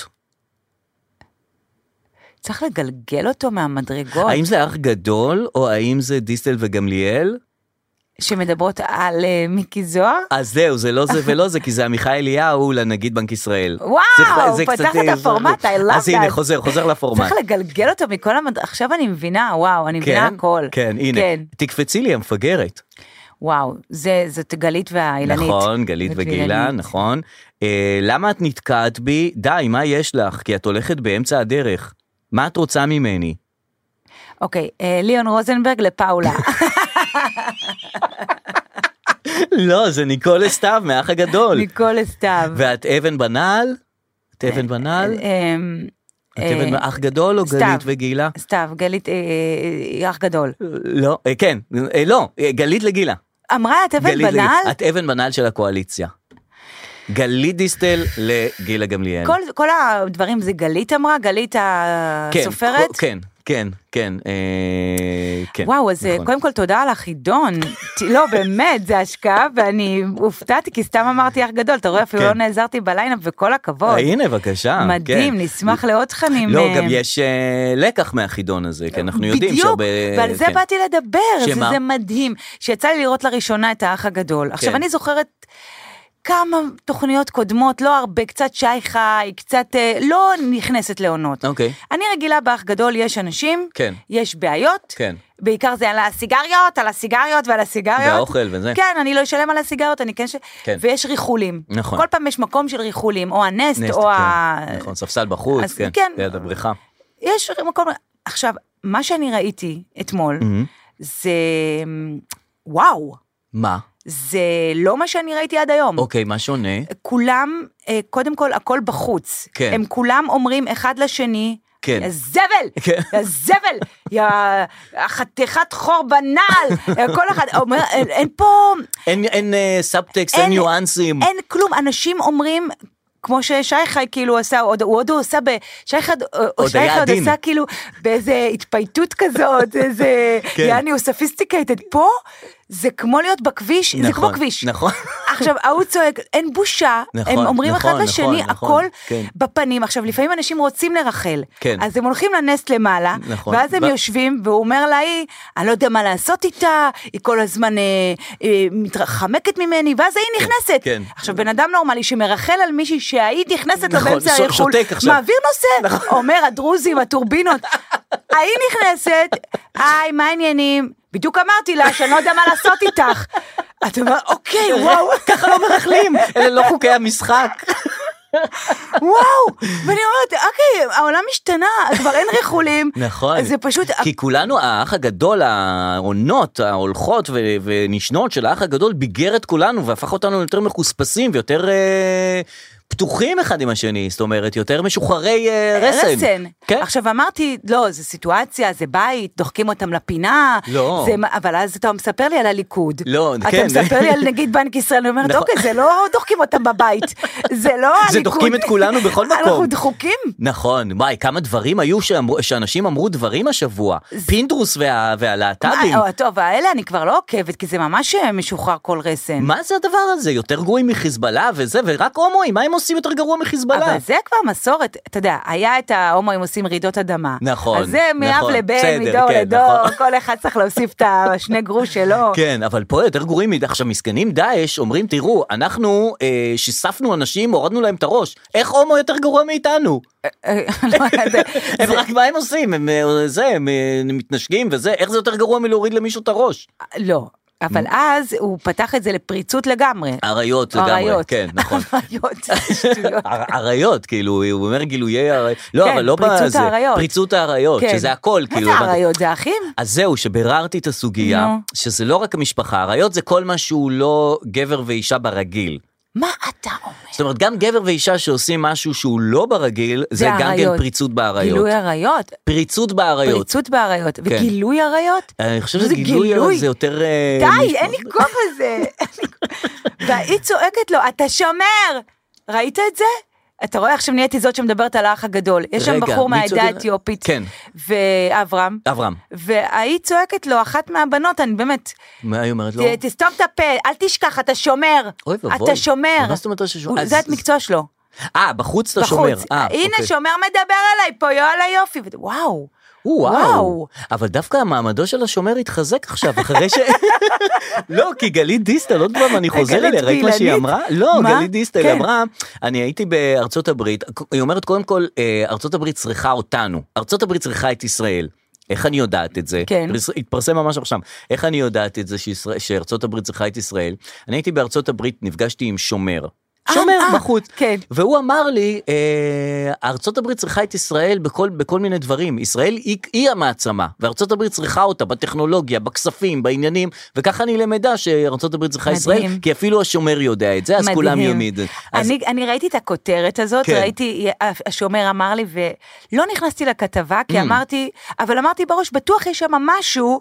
Speaker 3: צריך לגלגל אותו מהמדרגות.
Speaker 2: האם זה אח גדול, או האם זה דיסטל וגמליאל?
Speaker 3: שמדברות על uh, מיקי זוהר?
Speaker 2: אז זהו, זה לא זה ולא זה, כי זה עמיחי אליהו לנגיד בנק ישראל.
Speaker 3: וואו, הוא פתח את הפורמט, I love that.
Speaker 2: אז הנה, חוזר, חוזר לפורמט.
Speaker 3: צריך לגלגל אותו מכל המד... עכשיו אני מבינה, וואו, אני מבינה הכל.
Speaker 2: כן, הנה, תקפצי לי המפגרת.
Speaker 3: וואו, זאת גלית והאילנית.
Speaker 2: נכון, גלית וגילה, נכון. למה את נתקעת בי? די, מה יש לך? כי את הולכת באמצע הדרך. מה את רוצה ממני?
Speaker 3: אוקיי, ליאון רוזנברג לפאולה.
Speaker 2: לא, זה ניקול סתיו, מאח הגדול.
Speaker 3: ניקול סתיו.
Speaker 2: ואת אבן בנעל? את אבן בנעל? את אבן אח גדול או גלית וגילה?
Speaker 3: סתיו, גלית, אח גדול.
Speaker 2: לא, כן, לא, גלית לגילה.
Speaker 3: אמרה את אבן בנעל?
Speaker 2: את אבן בנעל של הקואליציה. גלית דיסטל לגילה גמליאל.
Speaker 3: כל הדברים זה גלית אמרה, גלית הסופרת?
Speaker 2: כן, כן, כן, כן.
Speaker 3: וואו, אז קודם כל תודה על החידון. לא, באמת, זה השקעה, ואני הופתעתי, כי סתם אמרתי אח גדול, אתה רואה, אפילו לא נעזרתי בליינאפ, וכל הכבוד.
Speaker 2: הנה, בבקשה.
Speaker 3: מדהים, נשמח לעוד תכנים.
Speaker 2: לא, גם יש לקח מהחידון הזה, כי אנחנו יודעים
Speaker 3: בדיוק, ועל זה באתי לדבר, זה מדהים, שיצא לי לראות לראשונה את האח הגדול. עכשיו, אני זוכרת כמה תוכניות קודמות, לא הרבה, קצת שי חי, קצת לא נכנסת לעונות.
Speaker 2: אוקיי.
Speaker 3: אני רגילה באח גדול, יש אנשים,
Speaker 2: כן.
Speaker 3: יש בעיות,
Speaker 2: כן.
Speaker 3: בעיקר זה על הסיגריות, על הסיגריות ועל הסיגריות.
Speaker 2: והאוכל וזה.
Speaker 3: כן, אני לא אשלם על הסיגריות, אני כן ש...
Speaker 2: כן.
Speaker 3: ויש ריחולים.
Speaker 2: נכון.
Speaker 3: כל פעם יש מקום של ריחולים, או הנסט,
Speaker 2: נסט,
Speaker 3: או
Speaker 2: כן.
Speaker 3: ה...
Speaker 2: נכון, ספסל בחוץ,
Speaker 3: אז,
Speaker 2: כן.
Speaker 3: כן.
Speaker 2: ליד הבריכה.
Speaker 3: יש מקום... עכשיו, מה שאני ראיתי אתמול, mm-hmm. זה... וואו.
Speaker 2: מה?
Speaker 3: זה לא מה שאני ראיתי עד היום.
Speaker 2: אוקיי, מה שונה?
Speaker 3: כולם, קודם כל, הכל בחוץ.
Speaker 2: כן.
Speaker 3: הם כולם אומרים אחד לשני,
Speaker 2: כן.
Speaker 3: הזבל,
Speaker 2: כן.
Speaker 3: הזבל, יא חתיכת חור בנעל, כל אחד אומר, אין פה...
Speaker 2: אין, אין סאבטקסט, אין ניואנסים.
Speaker 3: אין כלום, אנשים אומרים... כמו ששי חי כאילו עשה, הוא עוד הוא עושה, שי חי עוד עשה כאילו באיזה התפייטות כזאת, איזה, יעני הוא סופיסטיקייטד, פה זה כמו להיות בכביש, זה כמו כביש.
Speaker 2: נכון.
Speaker 3: עכשיו, הוא צועק, אין בושה, הם אומרים אחד לשני, הכל בפנים. עכשיו, לפעמים אנשים רוצים לרחל, אז הם הולכים לנסט למעלה, ואז הם יושבים, והוא אומר לה, אני לא יודע מה לעשות איתה, היא כל הזמן מתחמקת ממני, ואז היא נכנסת. עכשיו, בן אדם נורמלי שמרחל על מישהי שהיית נכנסת לו באמצע היחול, מעביר נושא, אומר הדרוזים, הטורבינות, היא נכנסת, היי, מה העניינים? בדיוק אמרתי לה שאני לא יודע מה לעשות איתך. אתה אומר, אוקיי, וואו.
Speaker 2: ככה לא מרחלים, אלה לא חוקי המשחק.
Speaker 3: וואו, ואני אומרת, אוקיי, העולם משתנה, כבר אין ריחולים.
Speaker 2: נכון.
Speaker 3: זה פשוט...
Speaker 2: כי כולנו, האח הגדול, העונות, ההולכות ונשנות של האח הגדול, ביגר את כולנו, והפך אותנו יותר מחוספסים ויותר... פתוחים אחד עם השני, זאת אומרת, יותר משוחררי רסן.
Speaker 3: רסן. כן? עכשיו אמרתי, לא, זה סיטואציה, זה בית, דוחקים אותם לפינה.
Speaker 2: לא.
Speaker 3: זה, אבל אז אתה מספר לי על הליכוד.
Speaker 2: לא,
Speaker 3: אתה
Speaker 2: כן.
Speaker 3: אתה מספר לי על נגיד בנק ישראל, אני אומרת, אוקיי, זה לא דוחקים אותם בבית. זה לא הליכוד.
Speaker 2: זה דוחקים את כולנו בכל מקום.
Speaker 3: אנחנו דוחקים.
Speaker 2: נכון, וואי, כמה דברים היו שאמרו, שאנשים אמרו דברים השבוע. פינדרוס וה, והלהט"בים.
Speaker 3: טוב, האלה אני כבר לא עוקבת, כי זה ממש משוחרר כל רסן.
Speaker 2: מה זה הדבר הזה? יותר גרועים מחיזבאללה וזה, ורק הומואים, מה הם עושים יותר גרוע מחיזבאללה?
Speaker 3: אבל זה כבר מסורת, אתה יודע, היה את ההומואים עושים רעידות אדמה.
Speaker 2: נכון.
Speaker 3: אז זה מאב
Speaker 2: נכון,
Speaker 3: לבן,
Speaker 2: בסדר,
Speaker 3: מדור
Speaker 2: כן,
Speaker 3: לדור,
Speaker 2: נכון.
Speaker 3: כל אחד צריך להוסיף את השני גרוש שלו.
Speaker 2: כן, אבל פה יותר גרועים, עכשיו מסכנים דאעש אומרים, תראו, אנחנו אה, שיספנו אנשים, הורדנו להם את הראש, איך הומו יותר גרוע מאיתנו? הם רק מה הם עושים? הם זה, הם מתנשקים וזה, איך זה יותר גרוע מלהוריד למישהו את הראש?
Speaker 3: לא. אבל אז הוא פתח את זה לפריצות לגמרי.
Speaker 2: עריות לגמרי, כן, נכון.
Speaker 3: עריות, שטויות.
Speaker 2: עריות, כאילו, הוא אומר גילויי עריות. לא, אבל לא
Speaker 3: פריצות העריות.
Speaker 2: פריצות העריות, שזה הכל, כאילו.
Speaker 3: מה זה עריות? זה אחים?
Speaker 2: אז זהו, שבררתי את הסוגיה, שזה לא רק המשפחה, עריות זה כל מה שהוא לא גבר ואישה ברגיל.
Speaker 3: מה אתה אומר?
Speaker 2: זאת אומרת, גם גבר ואישה שעושים משהו שהוא לא ברגיל, זה גם כן פריצות בעריות.
Speaker 3: גילוי עריות?
Speaker 2: פריצות בעריות.
Speaker 3: פריצות בעריות. וגילוי עריות?
Speaker 2: אני חושב שזה גילוי, זה יותר...
Speaker 3: די, אין לי כוח לזה. והיא צועקת לו, אתה שומר! ראית את זה? אתה רואה עכשיו נהייתי זאת שמדברת על האח הגדול. יש שם בחור מהעדה האתיופית.
Speaker 2: כן.
Speaker 3: ואברהם.
Speaker 2: אברהם.
Speaker 3: והיא צועקת לו, אחת מהבנות, אני באמת...
Speaker 2: מה היא אומרת לו?
Speaker 3: תסתום את הפה, אל תשכח, אתה שומר.
Speaker 2: אוי ובוי.
Speaker 3: אתה שומר.
Speaker 2: מה זאת אומרת ששומר?
Speaker 3: זה את מקצוע שלו.
Speaker 2: אה, בחוץ אתה שומר.
Speaker 3: הנה, שומר מדבר עליי פה, יואל היופי. וואו.
Speaker 2: וואו, אבל דווקא המעמדו של השומר התחזק עכשיו, אחרי ש... לא, כי גלית דיסטל, עוד פעם אני חוזר אליה, ראית מה שהיא אמרה? לא, גלית דיסטל אמרה, אני הייתי בארצות הברית, היא אומרת קודם כל, ארצות הברית צריכה אותנו, ארצות הברית צריכה את ישראל. איך אני יודעת את זה?
Speaker 3: כן.
Speaker 2: התפרסם ממש עכשיו. איך אני יודעת את זה שארצות הברית צריכה את ישראל? אני הייתי בארצות הברית, נפגשתי עם שומר. שומר בחוץ,
Speaker 3: כן.
Speaker 2: והוא אמר לי, ארצות הברית צריכה את ישראל בכל, בכל מיני דברים, ישראל היא, היא המעצמה, וארצות הברית צריכה אותה בטכנולוגיה, בכספים, בעניינים, וככה אני למדה שארצות הברית צריכה מדהים. ישראל, כי אפילו השומר יודע את זה, אז מדהים. כולם יומיד. אז... אני,
Speaker 3: אני ראיתי את הכותרת הזאת, כן. ראיתי, השומר אמר לי, ולא נכנסתי לכתבה, כי mm. אמרתי, אבל אמרתי בראש, בטוח יש שם משהו,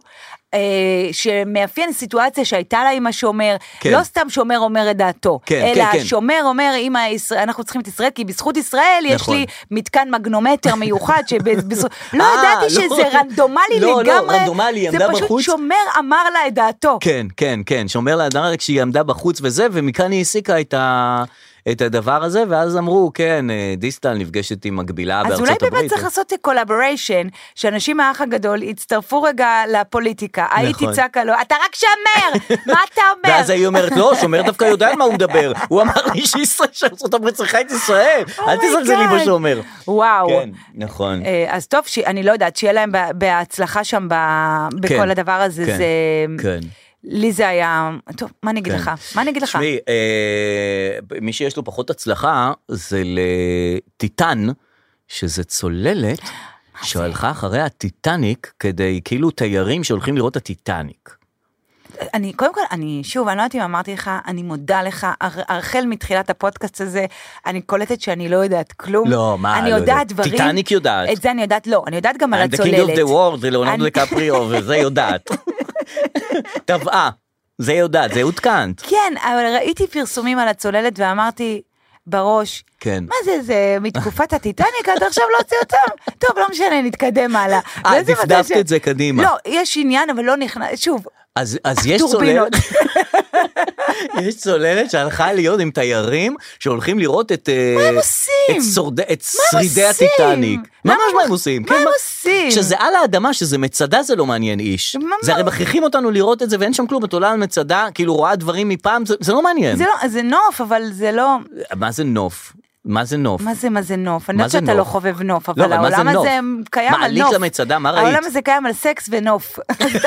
Speaker 3: שמאפיין סיטואציה שהייתה לה עם השומר, כן. לא סתם שומר אומר את דעתו, כן, אלא כן, השומר כן. אומר, אנחנו צריכים את ישראל, כי בזכות ישראל נכון. יש לי מתקן מגנומטר מיוחד, שבזכות... לא ידעתי שזה רנדומלי
Speaker 2: לא,
Speaker 3: לגמרי,
Speaker 2: לא, רנדומלי,
Speaker 3: זה פשוט בחוץ. שומר אמר לה את דעתו.
Speaker 2: כן, כן, כן, שומר לה את דעתו, כשהיא עמדה בחוץ וזה, ומכאן היא הסיקה את ה... את הדבר הזה, ואז אמרו, כן, דיסטל נפגשת עם מקבילה בארצות הברית.
Speaker 3: אז אולי באמת צריך לעשות קולאבוריישן, שאנשים מהאח הגדול יצטרפו רגע לפוליטיקה, הייתי צעקה לו, אתה רק שומר, מה אתה אומר?
Speaker 2: ואז היא אומרת, לא, שומר דווקא יודע על מה הוא מדבר, הוא אמר לי שישראל, שארצות הברית צריכה את ישראל, אל תזלזל לי בשומר.
Speaker 3: וואו.
Speaker 2: כן, נכון.
Speaker 3: אז טוב, אני לא יודעת, שיהיה להם בהצלחה שם, בכל הדבר הזה, זה...
Speaker 2: כן.
Speaker 3: לי זה היה, טוב, מה אני אגיד לך? מה אני אגיד לך?
Speaker 2: שמי, מי שיש לו פחות הצלחה, זה לטיטן, שזה צוללת, שהלכה אחרי הטיטניק, כדי כאילו תיירים שהולכים לראות הטיטניק.
Speaker 3: אני, קודם כל, אני, שוב, אני לא יודעת אם אמרתי לך, אני מודה לך, החל מתחילת הפודקאסט הזה, אני קולטת שאני לא יודעת כלום.
Speaker 2: לא, מה?
Speaker 3: אני יודעת דברים.
Speaker 2: טיטניק יודעת.
Speaker 3: את זה אני יודעת, לא, אני יודעת גם על הצוללת.
Speaker 2: I'm the king of the world, זה לאונרדו דיקפריו, וזה יודעת. טבעה, זה יודעת, זה עודכנת.
Speaker 3: כן, אבל ראיתי פרסומים על הצוללת ואמרתי בראש,
Speaker 2: כן.
Speaker 3: מה זה, זה מתקופת הטיטניק, עד עכשיו לא הוציא אותם? טוב, לא משנה, נתקדם הלאה.
Speaker 2: אה, דפדפת את זה קדימה.
Speaker 3: לא, יש עניין, אבל לא נכנס, שוב.
Speaker 2: אז, אז יש צוללת, יש צוללת שהלכה להיות עם תיירים שהולכים לראות את,
Speaker 3: מה הם עושים?
Speaker 2: את, שורדי, את שרידי הטיטניק. ממש מה הם עושים?
Speaker 3: מה הם עושים?
Speaker 2: שזה על האדמה, שזה מצדה, זה לא מעניין איש. זה הרי מכריחים אותנו לראות את זה ואין שם כלום, את עולה על מצדה, כאילו רואה דברים מפעם, זה, זה לא מעניין.
Speaker 3: זה, לא, זה נוף, אבל זה לא...
Speaker 2: מה זה נוף? מה זה נוף?
Speaker 3: מה זה, מה זה נוף? אני יודעת שאתה לא חובב נוף, אבל העולם הזה קיים על נוף.
Speaker 2: מה, עלית למצדה, מה ראית?
Speaker 3: העולם הזה קיים על סקס ונוף.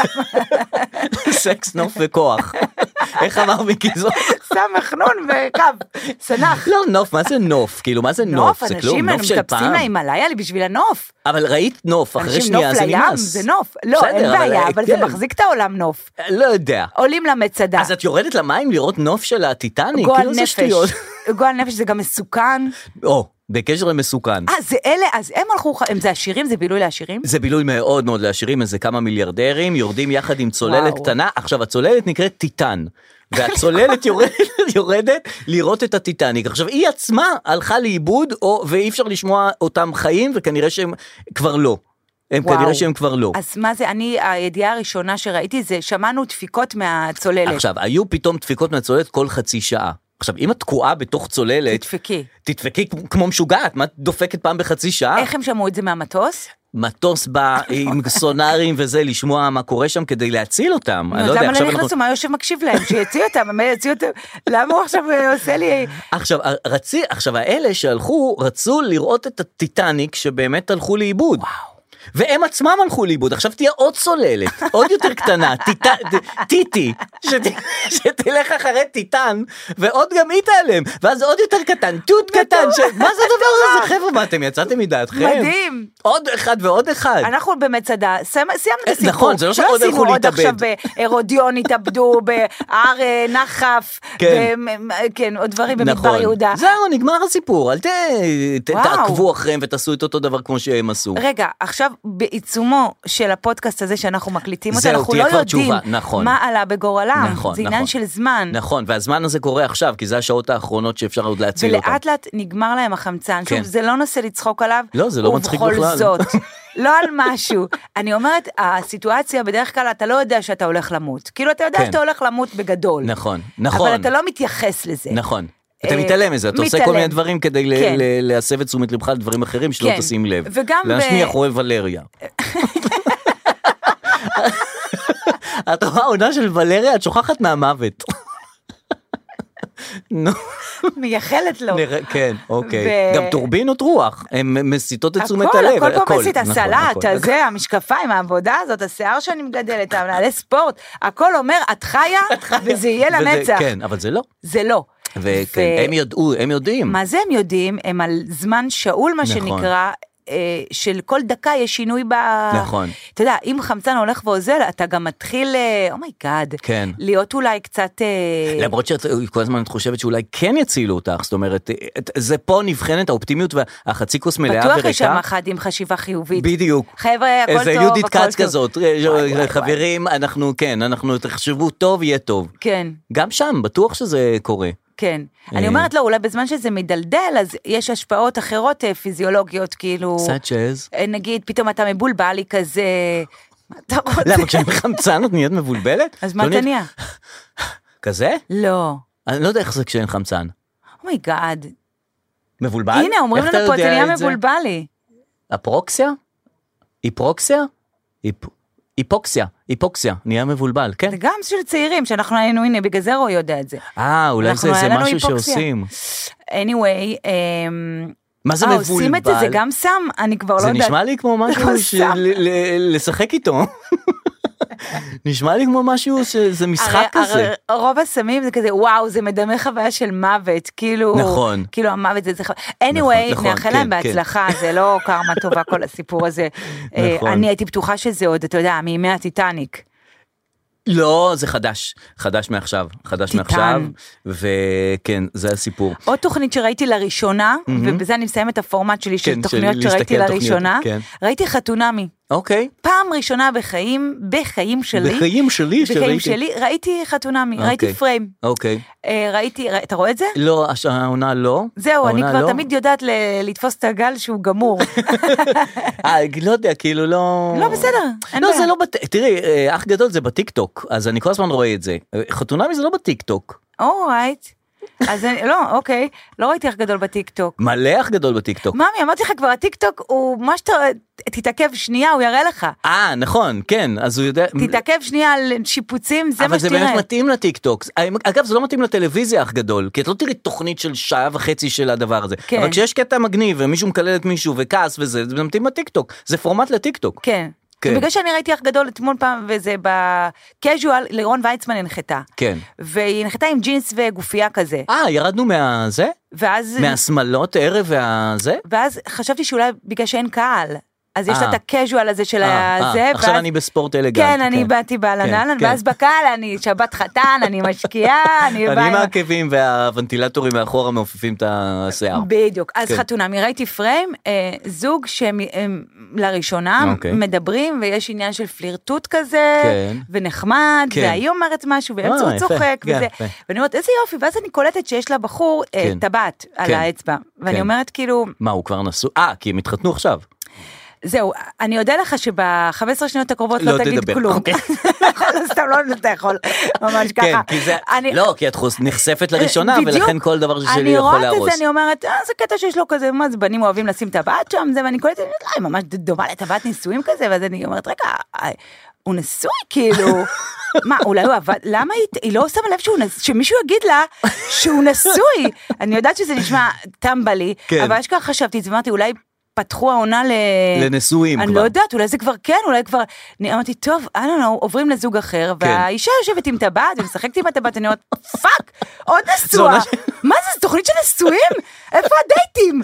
Speaker 2: סקס, נוף וכוח. איך אמר מיקי זוהר?
Speaker 3: סמך נון וקו, סנח.
Speaker 2: לא, נוף, מה זה נוף? כאילו, מה זה נוף?
Speaker 3: נוף, אנשים מטפסים להימאליה לי בשביל הנוף.
Speaker 2: אבל ראית נוף, אחרי שנייה זה נמאס.
Speaker 3: נוף לים, זה נוף. לא, אין בעיה, אבל זה מחזיק את העולם נוף.
Speaker 2: לא יודע.
Speaker 3: עולים למצדה.
Speaker 2: אז את יורדת למים לראות נוף של הטיטניק?
Speaker 3: גועל נפש. גועל נפש זה גם מסוכן.
Speaker 2: או, בקשר למסוכן.
Speaker 3: אה, זה אלה, אז הם הלכו, הם זה עשירים, זה בילוי לעשירים?
Speaker 2: זה בילוי מאוד מאוד לעשירים, איזה כמה מיליארדרים, יורדים יחד עם צוללת קטנה, עכשיו הצוללת נקראת טיטן, והצוללת יורדת, יורדת לראות את הטיטניק, עכשיו היא עצמה הלכה לאיבוד, ואי אפשר לשמוע אותם חיים, וכנראה שהם כבר לא. הם וואו. כנראה שהם כבר לא.
Speaker 3: אז מה זה, אני, הידיעה הראשונה שראיתי זה, שמענו דפיקות מהצוללת.
Speaker 2: עכשיו, היו פתאום דפיקות מהצוללת כל חצי שעה. עכשיו, אם את תקועה בתוך צוללת...
Speaker 3: תדפקי.
Speaker 2: תדפקי כמו משוגעת, מה את דופקת פעם בחצי שעה?
Speaker 3: איך הם שמעו את זה מהמטוס?
Speaker 2: מטוס בא עם סונארים וזה, לשמוע מה קורה שם כדי להציל אותם.
Speaker 3: אני לא יודע, עכשיו אנחנו... למה לא נכנסו, מה יושב מקשיב להם? שיציע אותם, מה יציע אותם? למה הוא עכשיו עושה לי...
Speaker 2: עכשיו, רצי, עכשיו, האלה שהלכו, רצו לראות את הטיטניק שבאמת הלכו לאיבוד. וואו. והם עצמם הלכו לאיבוד, עכשיו תהיה עוד צוללת, עוד יותר קטנה, טיטי, שתלך אחרי טיטן, ועוד גם היא תעלם, ואז עוד יותר קטן, טוט קטן, מה זה הדבר הזה, חבר'ה, מה אתם יצאתם מדעתכם?
Speaker 3: מדהים.
Speaker 2: עוד אחד ועוד אחד.
Speaker 3: אנחנו במצדה, סיימנו את הסיפור.
Speaker 2: נכון, זה לא שעוד הלכו להתאבד.
Speaker 3: לא עשינו עוד עכשיו בהרודיון התאבדו, בהר נחף, כן, עוד דברים במדבר יהודה.
Speaker 2: זהו, נגמר הסיפור, אל תעקבו אחריהם ותעשו את אותו דבר כמו שהם עשו.
Speaker 3: רגע, עכשיו, בעיצומו של הפודקאסט הזה שאנחנו מקליטים אותו, אנחנו לא יודעים מה עלה בגורלם, זה עניין של זמן.
Speaker 2: נכון, והזמן הזה קורה עכשיו, כי זה השעות האחרונות שאפשר עוד להציל אותם.
Speaker 3: ולאט לאט נגמר להם החמצן, שוב, זה לא נושא לצחוק עליו,
Speaker 2: לא, זה לא מצחיק בכלל.
Speaker 3: ובכל זאת, לא על משהו. אני אומרת, הסיטואציה בדרך כלל, אתה לא יודע שאתה הולך למות. כאילו, אתה יודע שאתה הולך למות בגדול.
Speaker 2: נכון, נכון.
Speaker 3: אבל אתה לא מתייחס לזה.
Speaker 2: נכון. אתה מתעלם מזה, אתה עושה כל מיני דברים כדי להסב את תשומת לבך לדברים אחרים שלא תשים לב. להשמיח אוהב ולריה. את רואה עונה של ולריה, את שוכחת מהמוות.
Speaker 3: מייחלת לו.
Speaker 2: כן, אוקיי. גם טורבינות רוח, הן מסיטות את תשומת הלב.
Speaker 3: הכל פה מסית, הסלט, הזה, המשקפיים, העבודה הזאת, השיער שאני מגדלת, המנהלי ספורט, הכל אומר, את חיה, וזה יהיה לנצח.
Speaker 2: כן, אבל זה לא.
Speaker 3: זה לא.
Speaker 2: והם ידעו, הם יודעים.
Speaker 3: מה זה הם יודעים? הם על זמן שאול, מה שנקרא, של כל דקה יש שינוי ב...
Speaker 2: נכון.
Speaker 3: אתה יודע, אם חמצן הולך ועוזל, אתה גם מתחיל, אומייגאד,
Speaker 2: כן.
Speaker 3: להיות אולי קצת...
Speaker 2: למרות שכל הזמן את חושבת שאולי כן יצילו אותך, זאת אומרת, זה פה נבחנת האופטימיות והחצי כוס מלאה וריקה.
Speaker 3: בטוח יש שם אחד עם חשיבה חיובית.
Speaker 2: בדיוק.
Speaker 3: חבר'ה, הכל טוב,
Speaker 2: איזה יהודית קץ כזאת. חברים, אנחנו, כן, אנחנו תחשבו טוב, יהיה טוב.
Speaker 3: כן.
Speaker 2: גם שם, בטוח שזה קורה.
Speaker 3: כן, אני אומרת לו, אולי בזמן שזה מדלדל, אז יש השפעות אחרות פיזיולוגיות, כאילו...
Speaker 2: such as?
Speaker 3: נגיד, פתאום אתה מבולבל לי כזה... מה אתה רוצה?
Speaker 2: למה, כשאני חמצן, את נהיית מבולבלת?
Speaker 3: אז מה אתה נהיה?
Speaker 2: כזה?
Speaker 3: לא.
Speaker 2: אני לא יודע איך זה כשאין חמצן.
Speaker 3: אומייגאד.
Speaker 2: מבולבל?
Speaker 3: הנה, אומרים לנו פה, אתה נהיה מבולבל לי.
Speaker 2: הפרוקסיה? היפרוקסיה? היפוקסיה, היפוקסיה, נהיה מבולבל, כן.
Speaker 3: זה גם של צעירים, שאנחנו היינו, הנה, בגלל זה רואי יודע את זה.
Speaker 2: אה, אולי זה משהו שעושים.
Speaker 3: anyway,
Speaker 2: מה זה מבולבל?
Speaker 3: עושים את זה, זה גם סם, אני כבר לא יודעת.
Speaker 2: זה נשמע לי כמו משהו לשחק איתו. נשמע לי כמו משהו שזה משחק כזה.
Speaker 3: רוב הסמים זה כזה, וואו, זה מדמה חוויה של מוות, כאילו,
Speaker 2: נכון.
Speaker 3: כאילו המוות זה, anyway, נאחל להם בהצלחה, זה לא קרמה טובה כל הסיפור הזה. אני הייתי בטוחה שזה עוד, אתה יודע, מימי הטיטניק.
Speaker 2: לא, זה חדש, חדש מעכשיו, חדש מעכשיו, וכן, זה הסיפור.
Speaker 3: עוד תוכנית שראיתי לראשונה, ובזה אני מסיים את הפורמט שלי של תוכניות שראיתי לראשונה, ראיתי חתונמי.
Speaker 2: אוקיי.
Speaker 3: פעם ראשונה בחיים, בחיים שלי,
Speaker 2: בחיים שלי,
Speaker 3: בחיים שלי, ראיתי חתונמי, ראיתי פריים.
Speaker 2: אוקיי.
Speaker 3: ראיתי, אתה רואה את זה?
Speaker 2: לא, העונה לא.
Speaker 3: זהו, אני כבר תמיד יודעת לתפוס את הגל שהוא גמור.
Speaker 2: אה, לא יודע, כאילו לא...
Speaker 3: לא, בסדר.
Speaker 2: לא, זה לא, תראי, אח גדול זה בטיקטוק, אז אני כל הזמן רואה את זה. חתונמי זה לא בטיקטוק.
Speaker 3: אורייט. אז אני, לא, אוקיי, לא ראיתי אח גדול בטיקטוק.
Speaker 2: מלא אח גדול בטיקטוק.
Speaker 3: ממי, אמרתי לך כבר, הטיקטוק הוא, מה שאתה, תתעכב שנייה, הוא יראה לך.
Speaker 2: אה, נכון, כן, אז הוא יודע...
Speaker 3: תתעכב שנייה על שיפוצים, זה מה שתראה.
Speaker 2: אבל זה באמת מתאים לטיקטוק. אגב, זה לא מתאים לטלוויזיה אח גדול, כי את לא תראי תוכנית של שעה וחצי של הדבר הזה. כן. אבל כשיש קטע מגניב, ומישהו מקלל את מישהו, וכעס וזה, זה מתאים לטיקטוק. זה פורמט לטיקטוק.
Speaker 3: כן. כן. בגלל שאני ראיתי אח גדול אתמול פעם, וזה בקז'ואל, לירון ויצמן הנחתה.
Speaker 2: כן.
Speaker 3: והיא הנחתה עם ג'ינס וגופייה כזה.
Speaker 2: אה, ירדנו מהזה?
Speaker 3: ואז...
Speaker 2: מהשמלות ערב והזה?
Speaker 3: ואז חשבתי שאולי בגלל שאין קהל. אז יש לה את הקז'ואל הזה של הזה.
Speaker 2: עכשיו אני בספורט אלגנט.
Speaker 3: כן, אני באתי באלנן, ואז בקהל אני שבת חתן, אני משקיעה, אני
Speaker 2: באה... אני מעכבים והוונטילטורים מאחורה מעופפים את השיער.
Speaker 3: בדיוק. אז חתונמי, ראיתי פריים, זוג שלראשונה מדברים, ויש עניין של פלירטוט כזה, ונחמד, והיא אומרת משהו, ואמצע הוא צוחק, וזה. ואני אומרת, איזה יופי, ואז אני קולטת שיש לה בחור טבעת על האצבע, ואני אומרת כאילו...
Speaker 2: מה, הוא כבר נשוא? אה, כי הם התחתנו עכשיו.
Speaker 3: זהו, אני יודע לך שב-חמש עשרה שניות הקרובות לא תגיד כלום. לא, סתם לא אתה יכול, ממש ככה.
Speaker 2: לא, כי את נחשפת לראשונה, ולכן כל דבר שלי יכול להרוס.
Speaker 3: אני רואה את זה, אני אומרת, זה קטע שיש לו כזה, מה זה, בנים אוהבים לשים טבעת שם, ואני קולטת, היא ממש דומה לטבעת נישואים כזה, ואז אני אומרת, רגע, הוא נשוי כאילו, מה, אולי הוא עבד, למה היא לא שמה לב שמישהו יגיד לה שהוא נשוי? אני יודעת שזה נשמע טמבלי, אבל אשכרה חשבתי, ואמרתי, אולי פתחו העונה ל...
Speaker 2: לנשואים
Speaker 3: אני
Speaker 2: כבר.
Speaker 3: לא יודעת, אולי זה כבר כן, אולי כבר... אני אמרתי, טוב, I don't know, עוברים לזוג אחר, כן. והאישה יושבת עם טבעת, ומשחקת עם הטבעת, אני אומרת, פאק, עוד נשואה. ש... מה זה, זו תוכנית של נשואים? איפה הדייטים?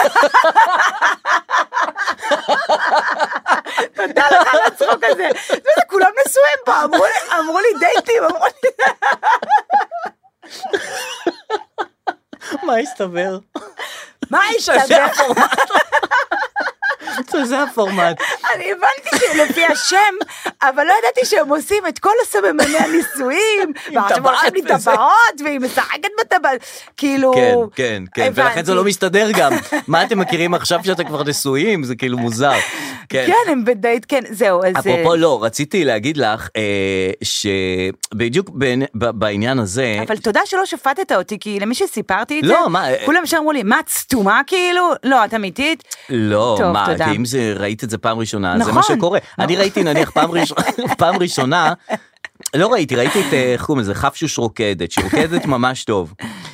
Speaker 3: תודה לך על הצחוק הזה. וזה, כולם נשואים פה, אמרו לי, אמרו לי דייטים, אמרו לי...
Speaker 2: מה הסתבר?
Speaker 3: מה השתבר?
Speaker 2: זה הפורמט.
Speaker 3: אני הבנתי שלפי השם, אבל לא ידעתי שהם עושים את כל הסממני הנישואים, ועכשיו הולכים לי טבעות, והיא משחקת בטבעת, כאילו...
Speaker 2: כן, כן, כן, ולכן זה לא מסתדר גם. מה אתם מכירים עכשיו שאתם כבר נשואים? זה כאילו מוזר.
Speaker 3: כן, הם בדייט, כן, זהו.
Speaker 2: אפרופו לא, רציתי להגיד לך, שבדיוק בעניין הזה...
Speaker 3: אבל תודה שלא שפטת אותי, כי למי שסיפרתי את זה, כולם שאמרו לי, מה, סתומה כאילו? לא, את אמיתית?
Speaker 2: לא, מה, כי אם ראית את זה פעם ראשונה, זה מה שקורה. אני ראיתי נניח פעם ראשונה, לא ראיתי, ראיתי את, איך קוראים לזה, חפשוש רוקדת, שרוקדת ממש טוב.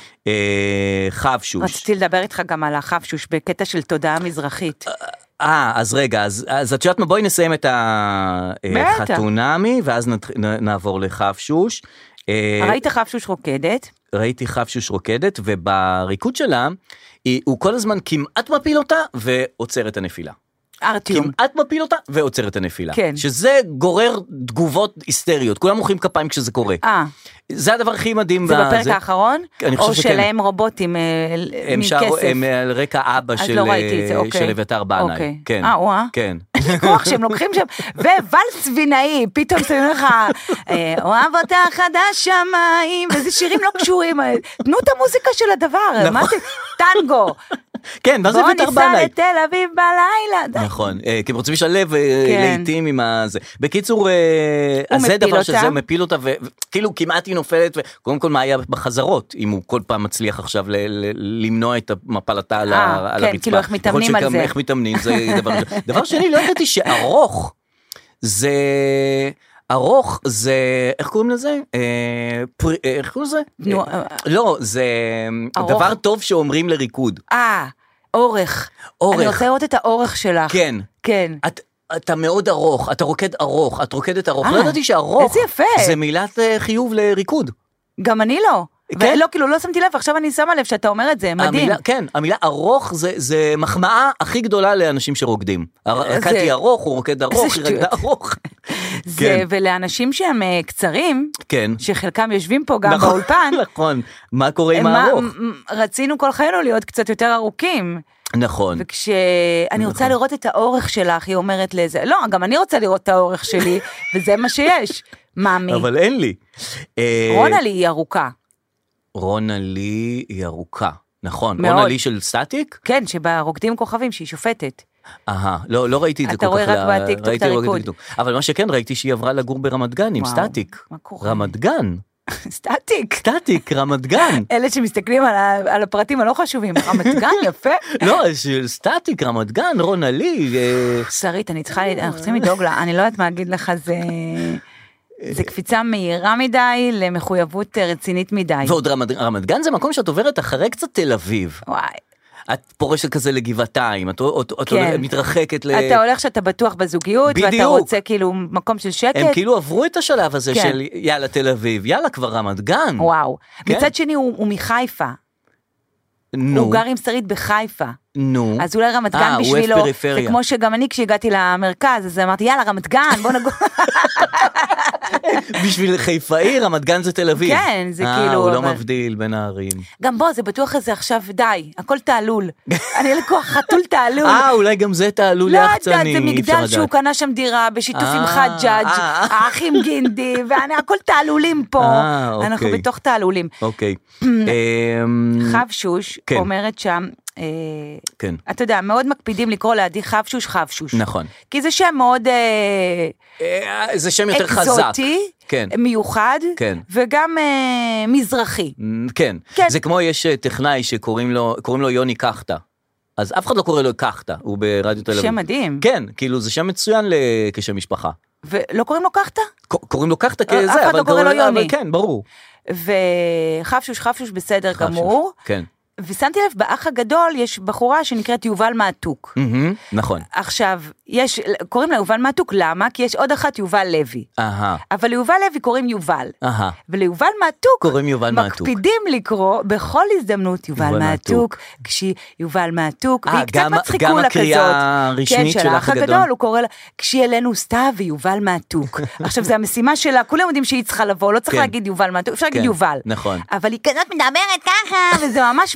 Speaker 2: חפשוש.
Speaker 3: רציתי לדבר איתך גם על החפשוש, בקטע של תודעה מזרחית.
Speaker 2: אה, אז רגע, אז, אז את יודעת מה, בואי נסיים את החתונמי, ואז נעבור לחפשוש.
Speaker 3: ראית חפשוש רוקדת?
Speaker 2: ראיתי חפשוש רוקדת, ובריקוד שלה, הוא כל הזמן כמעט מפיל אותה, ועוצר את הנפילה.
Speaker 3: ארטיום.
Speaker 2: כמעט מפיל אותה, ועוצר את הנפילה.
Speaker 3: כן.
Speaker 2: שזה גורר תגובות היסטריות, כולם מוחאים כפיים כשזה קורה.
Speaker 3: אה.
Speaker 2: זה הדבר הכי מדהים.
Speaker 3: זה בפרק האחרון? או שלהם רובוטים מכסף?
Speaker 2: הם על רקע אבא של אביתר בנאי.
Speaker 3: אה, וואה.
Speaker 2: כן.
Speaker 3: כוח שהם לוקחים שם, וולס וינאי, פתאום שמים לך, אוהב אותך עד השמיים, וזה שירים לא קשורים, תנו את המוזיקה של הדבר, מה זה? טנגו.
Speaker 2: כן, מה זה אביתר בנאי?
Speaker 3: בוא ניסע לתל אביב בלילה.
Speaker 2: נכון, כי הם רוצים לשלב לעיתים עם הזה. בקיצור, זה דבר שזה מפיל אותה, וכאילו כמעט היא נופלת, וקודם כל מה היה בחזרות, אם הוא כל פעם מצליח עכשיו למנוע את מפלתה על הרצפה.
Speaker 3: כן, כאילו איך מתאמנים על זה.
Speaker 2: איך מתאמנים, זה דבר... דבר שני, לא ידעתי שארוך, זה... ארוך זה, איך קוראים לזה? איך קוראים לזה? לא, זה דבר טוב שאומרים לריקוד.
Speaker 3: אה, אורך.
Speaker 2: אורך.
Speaker 3: אני רוצה לראות את האורך שלך.
Speaker 2: כן.
Speaker 3: כן.
Speaker 2: את... אתה מאוד ארוך, אתה רוקד ארוך, את רוקדת ארוך. לא ידעתי שארוך זה מילת חיוב לריקוד.
Speaker 3: גם אני לא. כן? לא, כאילו, לא שמתי לב, עכשיו אני שמה לב שאתה אומר את זה, מדהים.
Speaker 2: המילה, כן, המילה ארוך זה, זה מחמאה הכי גדולה לאנשים שרוקדים. רקדתי ארוך, הוא רוקד ארוך, היא רקדה ארוך.
Speaker 3: זה, כן. ולאנשים שהם uh, קצרים,
Speaker 2: כן.
Speaker 3: שחלקם יושבים פה גם
Speaker 2: נכון,
Speaker 3: באולפן.
Speaker 2: נכון, מה קורה עם הארוך?
Speaker 3: רצינו כל חיינו להיות קצת יותר ארוכים.
Speaker 2: נכון.
Speaker 3: וכשאני רוצה לראות את האורך שלך, היא אומרת לזה, לא, גם אני רוצה לראות את האורך שלי, וזה מה שיש. מאמי.
Speaker 2: אבל אין לי.
Speaker 3: רונה לי היא ארוכה.
Speaker 2: רונה לי היא ארוכה, נכון. רונה לי של סטטיק?
Speaker 3: כן, שבה רוקדים כוכבים, שהיא שופטת.
Speaker 2: אהה, לא, לא ראיתי את זה כל כך.
Speaker 3: אתה רואה רק בטיקטוק את הריקוד.
Speaker 2: אבל מה שכן, ראיתי שהיא עברה לגור ברמת גן עם סטטיק.
Speaker 3: מה קורה?
Speaker 2: רמת גן.
Speaker 3: סטטיק.
Speaker 2: סטטיק, רמת גן.
Speaker 3: אלה שמסתכלים על הפרטים הלא חשובים. רמת גן, יפה.
Speaker 2: לא, סטטיק, רמת גן, רונה לי.
Speaker 3: שרית, אני צריכה, אנחנו צריכים לדאוג לה, אני לא יודעת מה להגיד לך, זה... זה קפיצה מהירה מדי למחויבות רצינית מדי.
Speaker 2: ועוד רמת, רמת גן זה מקום שאת עוברת אחרי קצת תל אביב.
Speaker 3: וואי.
Speaker 2: את פורשת כזה לגבעתיים, את, את, כן. את מתרחקת ל...
Speaker 3: אתה הולך שאתה בטוח בזוגיות, בדיוק. ואתה רוצה כאילו מקום של שקט.
Speaker 2: הם כאילו עברו את השלב הזה כן. של יאללה תל אביב, יאללה כבר רמת גן.
Speaker 3: וואו. כן. מצד שני הוא, הוא מחיפה. נו. הוא גר עם שרית בחיפה.
Speaker 2: נו.
Speaker 3: אז אולי רמת גן בשבילו, זה כמו שגם אני כשהגעתי למרכז, אז אמרתי יאללה רמת גן, בוא נגור.
Speaker 2: בשביל חיפאי רמת גן זה תל אביב.
Speaker 3: כן, זה כאילו...
Speaker 2: הוא לא מבדיל בין הערים.
Speaker 3: גם בוא, זה בטוח הזה עכשיו די, הכל תעלול. אני לקוח חתול תעלול.
Speaker 2: אה, אולי גם זה תעלול יחצני.
Speaker 3: לא יודעת, זה מגדל שהוא קנה שם דירה, בשיתוף עם חג'אג', האחים גינדי, והכל תעלולים פה. אנחנו בתוך תעלולים.
Speaker 2: אוקיי.
Speaker 3: חבשוש אומרת שם, כן. אתה יודע, מאוד מקפידים לקרוא לעדי חבשוש חבשוש.
Speaker 2: נכון.
Speaker 3: כי זה שם מאוד
Speaker 2: זה שם יותר חזק.
Speaker 3: אקזוטי, כן. מיוחד,
Speaker 2: כן.
Speaker 3: וגם אה, מזרחי.
Speaker 2: כן. כן. זה כמו יש טכנאי שקוראים לו, קוראים לו יוני קחטה. אז אף אחד לא קורא לו קחטה, הוא ברדיו תל אביב.
Speaker 3: שם מדהים.
Speaker 2: כן, כאילו זה שם מצוין כשם משפחה.
Speaker 3: ולא קוראים לו קחטה?
Speaker 2: קוראים לו קחטה כזה,
Speaker 3: אף אחד לא קורא לו יוני.
Speaker 2: כן, ברור.
Speaker 3: וחבשוש חבשוש בסדר גמור.
Speaker 2: כן.
Speaker 3: ושמתי לב, באח הגדול יש בחורה שנקראת יובל מעתוק.
Speaker 2: נכון.
Speaker 3: עכשיו, יש, קוראים לה יובל מעתוק, למה? כי יש עוד אחת יובל לוי. אבל ליובל לוי קוראים יובל. וליובל מעתוק,
Speaker 2: קוראים יובל מעתוק.
Speaker 3: מקפידים לקרוא בכל הזדמנות יובל מעתוק, כשיובל מעתוק, והיא קצת מצחיקו לה כזאת.
Speaker 2: גם הקריאה הרשמית של האח הגדול.
Speaker 3: הוא קורא לה, כשאלינו סתיו ויובל מעתוק. עכשיו, זה המשימה שלה, כולם יודעים שהיא צריכה לבוא, לא צריך להגיד יובל מעתוק, אפשר להגיד יובל.
Speaker 2: נכון.
Speaker 3: אבל היא כזאת מדברת ככה, וזה ממש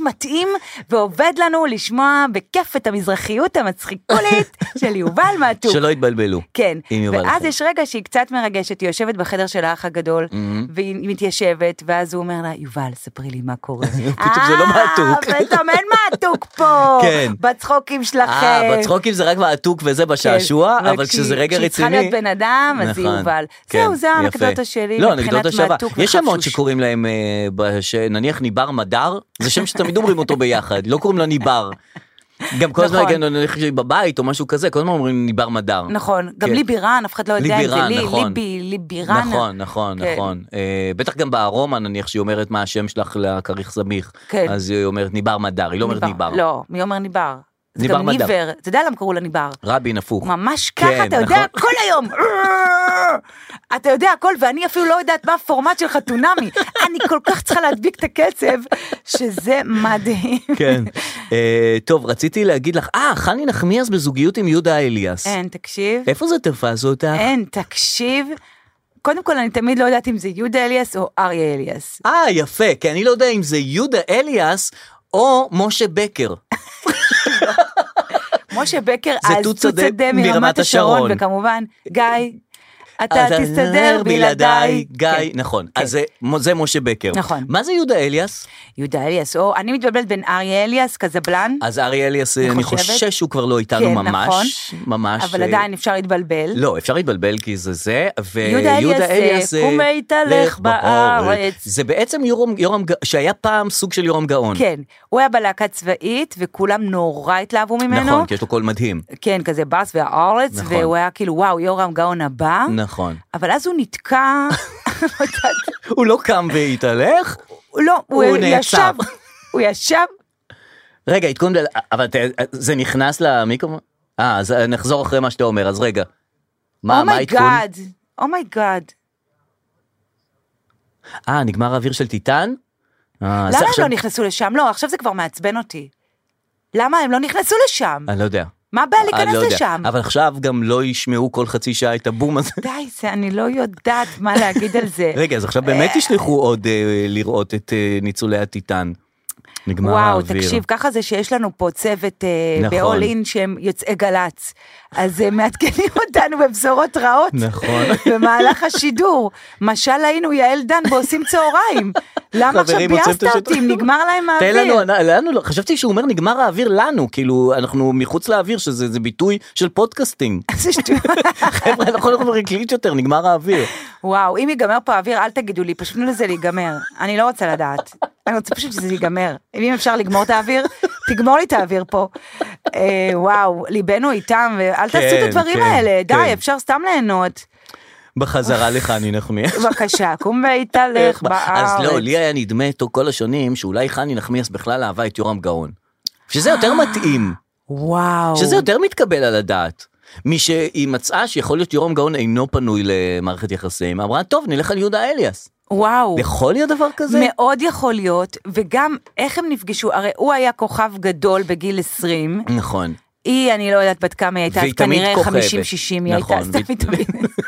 Speaker 3: מתאים, ועובד לנו לשמוע בכיף את המזרחיות המצחיקולית של יובל מעתוק.
Speaker 2: שלא התבלבלו.
Speaker 3: כן, ואז יש רגע שהיא קצת מרגשת, היא יושבת בחדר של האח הגדול, והיא מתיישבת, ואז הוא אומר לה, יובל, ספרי לי מה קורה.
Speaker 2: פתאום זה לא מעתוק.
Speaker 3: פתאום אין מעתוק פה, בצחוקים שלכם.
Speaker 2: בצחוקים זה רק מעתוק וזה בשעשוע, אבל כשזה רגע רציני.
Speaker 3: כשצריכה להיות בן אדם, אז היא יובל. זהו, זה האנקדוטה שלי, מבחינת מעתוק וחפשוש.
Speaker 2: יש שמות שקוראים להם, נניח ניבר מדר, זה שם שתמיד אומרים אותו ביחד, לא קוראים לו ניבר. גם כל הזמן, בבית או משהו כזה, כל הזמן אומרים ניבר מדר.
Speaker 3: נכון, גם לי בירן, אף אחד לא יודע אם זה לי, ליבי, לי בירן.
Speaker 2: נכון, נכון, נכון. בטח גם בארומה, נניח שהיא אומרת מה השם שלך לכריך סמיך, אז היא אומרת ניבר מדר, היא לא אומרת ניבר.
Speaker 3: לא, מי אומר ניבר? זה גם ניבר, אתה יודע למה קראו לה ניבר?
Speaker 2: רבין הפוך.
Speaker 3: ממש ככה, אתה יודע כל היום. אתה יודע הכל, ואני אפילו לא יודעת מה הפורמט של חתונמי. אני כל כך צריכה להדביק את הקצב, שזה מדהים.
Speaker 2: כן. טוב, רציתי להגיד לך, אה, חני נחמיאס בזוגיות עם יהודה אליאס.
Speaker 3: אין, תקשיב.
Speaker 2: איפה זה תפס אותך?
Speaker 3: אין, תקשיב. קודם כל, אני תמיד לא יודעת אם זה יהודה אליאס או אריה אליאס.
Speaker 2: אה, יפה, כי אני לא יודע אם זה יהודה אליאס או משה בקר.
Speaker 3: משה בקר, אז תוצדה מרמת השרון, וכמובן, גיא, אתה תסתדר בלעדיי.
Speaker 2: גיא, נכון, אז זה משה בקר.
Speaker 3: נכון.
Speaker 2: מה זה יהודה אליאס?
Speaker 3: יהודה אליאס, או אני מתבלבלת בין אריה אליאס, קזבלן.
Speaker 2: אז אריה אליאס, אני חושש שהוא כבר לא איתנו ממש, ממש.
Speaker 3: אבל עדיין אפשר להתבלבל.
Speaker 2: לא, אפשר להתבלבל כי זה זה,
Speaker 3: ויהודה אליאס, קום והתהלך בארץ.
Speaker 2: זה בעצם יורם, שהיה פעם סוג של יורם גאון.
Speaker 3: כן, הוא היה בלהקה צבאית, וכולם נורא התלהבו ממנו.
Speaker 2: נכון, כי יש לו קול מדהים.
Speaker 3: כן, כזה בס והארץ, והוא היה כאילו, וואו, יורם גאון הבא.
Speaker 2: נכון.
Speaker 3: אבל אז הוא נתקע.
Speaker 2: הוא לא קם והתהלך?
Speaker 3: לא, הוא ישב. הוא ישב.
Speaker 2: רגע, עדכון, אבל זה נכנס למיקרופון? אה, אז נחזור אחרי מה שאתה אומר, אז רגע. מה העדכון?
Speaker 3: אומייגאד, אומייגאד.
Speaker 2: אה, נגמר האוויר של טיטן?
Speaker 3: למה הם לא נכנסו לשם? לא, עכשיו זה כבר מעצבן אותי. למה הם לא נכנסו לשם?
Speaker 2: אני לא יודע.
Speaker 3: מה הבא להיכנס לא לשם?
Speaker 2: אבל עכשיו גם לא ישמעו כל חצי שעה את הבום הזה.
Speaker 3: די, זה, אני לא יודעת מה להגיד על זה.
Speaker 2: רגע, אז עכשיו באמת תשלחו עוד אה, לראות את אה, ניצולי הטיטן. נגמר
Speaker 3: וואו,
Speaker 2: האוויר.
Speaker 3: תקשיב, ככה זה שיש לנו פה צוות אה,
Speaker 2: נכון.
Speaker 3: באול אין שהם יוצאי גלץ. אז אה, מעדכנים אותנו בבשורות רעות.
Speaker 2: נכון.
Speaker 3: במהלך השידור. משל היינו יעל דן ועושים צהריים. למה עכשיו ביאסת אותי אם נגמר להם האוויר?
Speaker 2: תן לנו, לנו, חשבתי שהוא אומר נגמר האוויר לנו, כאילו אנחנו מחוץ לאוויר, שזה ביטוי של פודקאסטים.
Speaker 3: זה שטויות.
Speaker 2: חבר'ה, אנחנו לא רקלית יותר, נגמר האוויר.
Speaker 3: וואו, אם ייגמר פה האוויר, אל תגידו לי, פשוט לזה להיגמר. אני לא רוצה לדעת. אני רוצה פשוט שזה ייגמר. אם אפשר לגמור את האוויר, תגמור לי את האוויר פה. וואו, ליבנו איתם, ואל תעשו את הדברים האלה. די, אפשר סתם ליהנות.
Speaker 2: בחזרה לחני נחמיאס.
Speaker 3: בבקשה, קום והתהלך בארץ.
Speaker 2: אז לא, לי היה נדמה כל השונים, שאולי חני נחמיאס בכלל אהבה את יורם גאון. שזה יותר מתאים.
Speaker 3: וואו.
Speaker 2: שזה יותר מתקבל על הדעת. מי שהיא מצאה שיכול להיות יורם גאון אינו פנוי למערכת יחסים, אמרה, טוב, נלך על יהודה אליאס.
Speaker 3: וואו.
Speaker 2: יכול להיות דבר כזה?
Speaker 3: מאוד יכול להיות, וגם איך הם נפגשו, הרי הוא היה כוכב גדול בגיל עשרים.
Speaker 2: נכון.
Speaker 3: היא, אני לא יודעת בת כמה היא הייתה,
Speaker 2: והיא תמיד כוכבת.
Speaker 3: כנראה חמישים שישים היא הייתה, אז תמיד תמיד.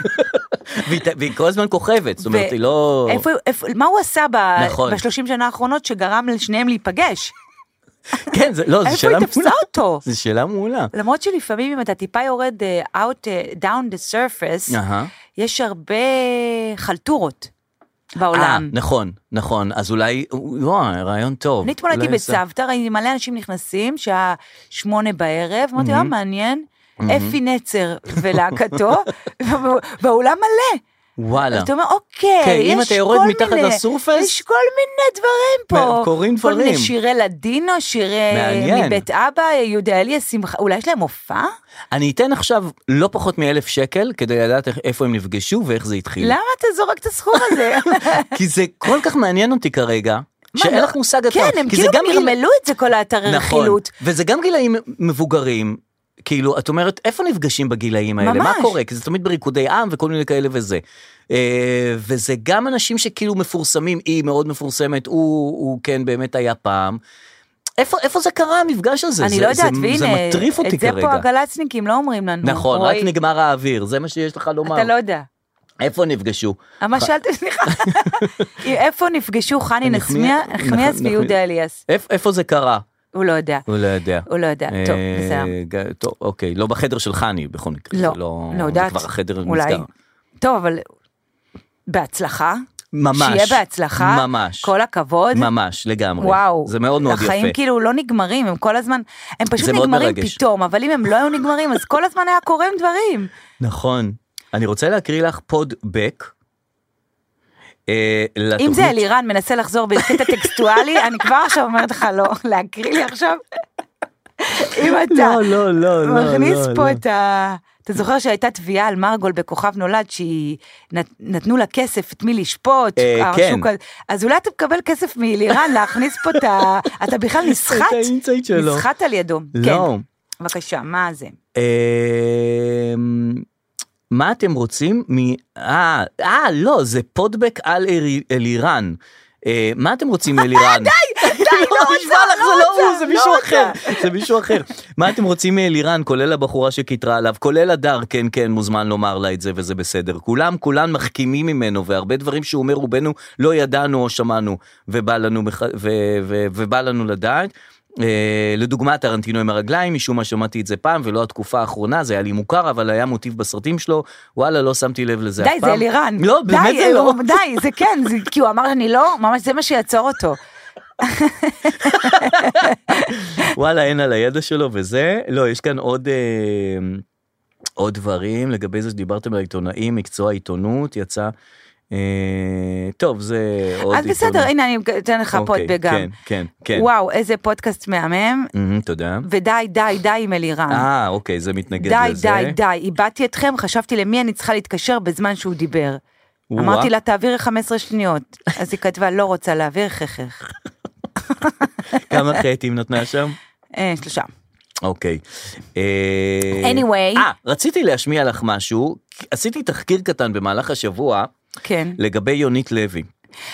Speaker 2: והיא כל הזמן כוכבת, זאת אומרת, היא לא...
Speaker 3: מה הוא עשה בשלושים שנה האחרונות שגרם לשניהם להיפגש?
Speaker 2: כן, לא, זו שאלה
Speaker 3: מעולה. איפה היא תפסה אותו?
Speaker 2: זו שאלה מעולה.
Speaker 3: למרות שלפעמים אם אתה טיפה יורד out, down the surface, יש הרבה חלטורות בעולם.
Speaker 2: נכון, נכון, אז אולי, וואי, רעיון טוב.
Speaker 3: אני התמודדתי בצוותא, ראיתי מלא אנשים נכנסים, שעה שמונה בערב, אמרתי, אה, מעניין, אפי נצר ולהקתו, באולם מלא.
Speaker 2: וואלה.
Speaker 3: אז אתה אומר, אוקיי,
Speaker 2: אם אתה יורד מתחת לסורפס,
Speaker 3: יש כל מיני דברים פה.
Speaker 2: קוראים דברים.
Speaker 3: כל מיני שירי לדינו, שירי מבית אבא, יהודה אליאס, אולי יש להם מופע?
Speaker 2: אני אתן עכשיו לא פחות מאלף שקל, כדי לדעת איפה הם נפגשו ואיך זה התחיל.
Speaker 3: למה אתה זורק את הסכום הזה?
Speaker 2: כי זה כל כך מעניין אותי כרגע, שאין לך מושג אתה.
Speaker 3: כן, הם כאילו נרמלו את זה כל האתרי רכילות.
Speaker 2: וזה גם גילאים מבוגרים, כאילו, את אומרת, איפה נפגשים בגילאים האלה?
Speaker 3: ממש.
Speaker 2: מה קורה? כי זה תמיד בריקודי עם וכל מיני כאלה וזה. וזה גם אנשים שכאילו מפורסמים, היא מאוד מפורסמת, הוא, הוא כן באמת היה פעם. איפה, איפה זה קרה המפגש הזה?
Speaker 3: אני
Speaker 2: זה,
Speaker 3: לא יודעת,
Speaker 2: זה,
Speaker 3: והנה,
Speaker 2: זה מטריף אותי
Speaker 3: את זה
Speaker 2: כרגע.
Speaker 3: פה הגלצניקים לא אומרים לנו.
Speaker 2: נכון,
Speaker 3: רואי...
Speaker 2: רק נגמר האוויר, זה מה שיש לך לומר.
Speaker 3: אתה לא יודע.
Speaker 2: איפה נפגשו?
Speaker 3: המשלתם, סליחה. איפה נפגשו חני נחמיאס ויהודה אליאס?
Speaker 2: איפה זה קרה?
Speaker 3: הוא לא יודע.
Speaker 2: הוא לא יודע.
Speaker 3: הוא לא יודע, טוב, בסדר.
Speaker 2: טוב, אוקיי, לא בחדר של חני בכל מקרה.
Speaker 3: לא, לא יודעת.
Speaker 2: זה כבר החדר נסגר.
Speaker 3: טוב, אבל בהצלחה.
Speaker 2: ממש.
Speaker 3: שיהיה בהצלחה.
Speaker 2: ממש.
Speaker 3: כל הכבוד.
Speaker 2: ממש, לגמרי.
Speaker 3: וואו.
Speaker 2: זה מאוד מאוד יפה.
Speaker 3: החיים כאילו לא נגמרים, הם כל הזמן, הם פשוט נגמרים פתאום, אבל אם הם לא היו נגמרים, אז כל הזמן היה קוראים דברים.
Speaker 2: נכון. אני רוצה להקריא לך פודבק.
Speaker 3: אם זה אלירן מנסה לחזור בקטע טקסטואלי, אני כבר עכשיו אומרת לך לא, להקריא לי עכשיו. אם אתה מכניס פה את ה... אתה זוכר שהייתה תביעה על מרגול בכוכב נולד, שהיא נתנו לה כסף, את מי לשפוט,
Speaker 2: כן.
Speaker 3: אז אולי אתה מקבל כסף מאלירן להכניס פה את ה... אתה בכלל נסחט? נסחט על ידו.
Speaker 2: לא.
Speaker 3: בבקשה, מה זה?
Speaker 2: מה אתם רוצים מ... אה, אה, לא, זה פודבק על אלירן. מה אתם רוצים מאלירן?
Speaker 3: די, די, לא רוצה,
Speaker 2: לא רוצה. זה מישהו אחר, זה מישהו אחר. מה אתם רוצים מאלירן, כולל הבחורה שכתרה עליו, כולל הדר, כן, כן, מוזמן לומר לה את זה, וזה בסדר. כולם, כולם מחכימים ממנו, והרבה דברים שהוא אומר, רובנו לא ידענו או שמענו, ובא לנו, ובא לנו לדעת. לדוגמה טרנטינו עם הרגליים, משום מה שמעתי את זה פעם ולא התקופה האחרונה, זה היה לי מוכר אבל היה מוטיב בסרטים שלו, וואלה לא שמתי לב לזה אף פעם.
Speaker 3: די, זה אלירן.
Speaker 2: לא, באמת זה לא.
Speaker 3: די, זה כן, כי הוא אמר אני לא, ממש זה מה שיעצור אותו.
Speaker 2: וואלה אין על הידע שלו וזה, לא יש כאן עוד עוד דברים לגבי זה שדיברתם על העיתונאים, מקצוע העיתונות יצא טוב, זה עוד...
Speaker 3: אז בסדר, הנה אני אתן לך פודבק גם.
Speaker 2: כן, כן, כן.
Speaker 3: וואו, איזה פודקאסט מהמם.
Speaker 2: תודה.
Speaker 3: ודי, די, די עם אלירן.
Speaker 2: אה, אוקיי, זה מתנגד לזה.
Speaker 3: די, די, די. איבדתי אתכם, חשבתי למי אני צריכה להתקשר בזמן שהוא דיבר. אמרתי לה, תעבירי חמש עשרה שניות. אז היא כתבה, לא רוצה להעביר חכך.
Speaker 2: כמה חטאים נתנה שם?
Speaker 3: שלושה.
Speaker 2: אוקיי.
Speaker 3: anyway.
Speaker 2: אה, רציתי להשמיע לך משהו, עשיתי תחקיר קטן במהלך השבוע,
Speaker 3: כן.
Speaker 2: לגבי יונית לוי.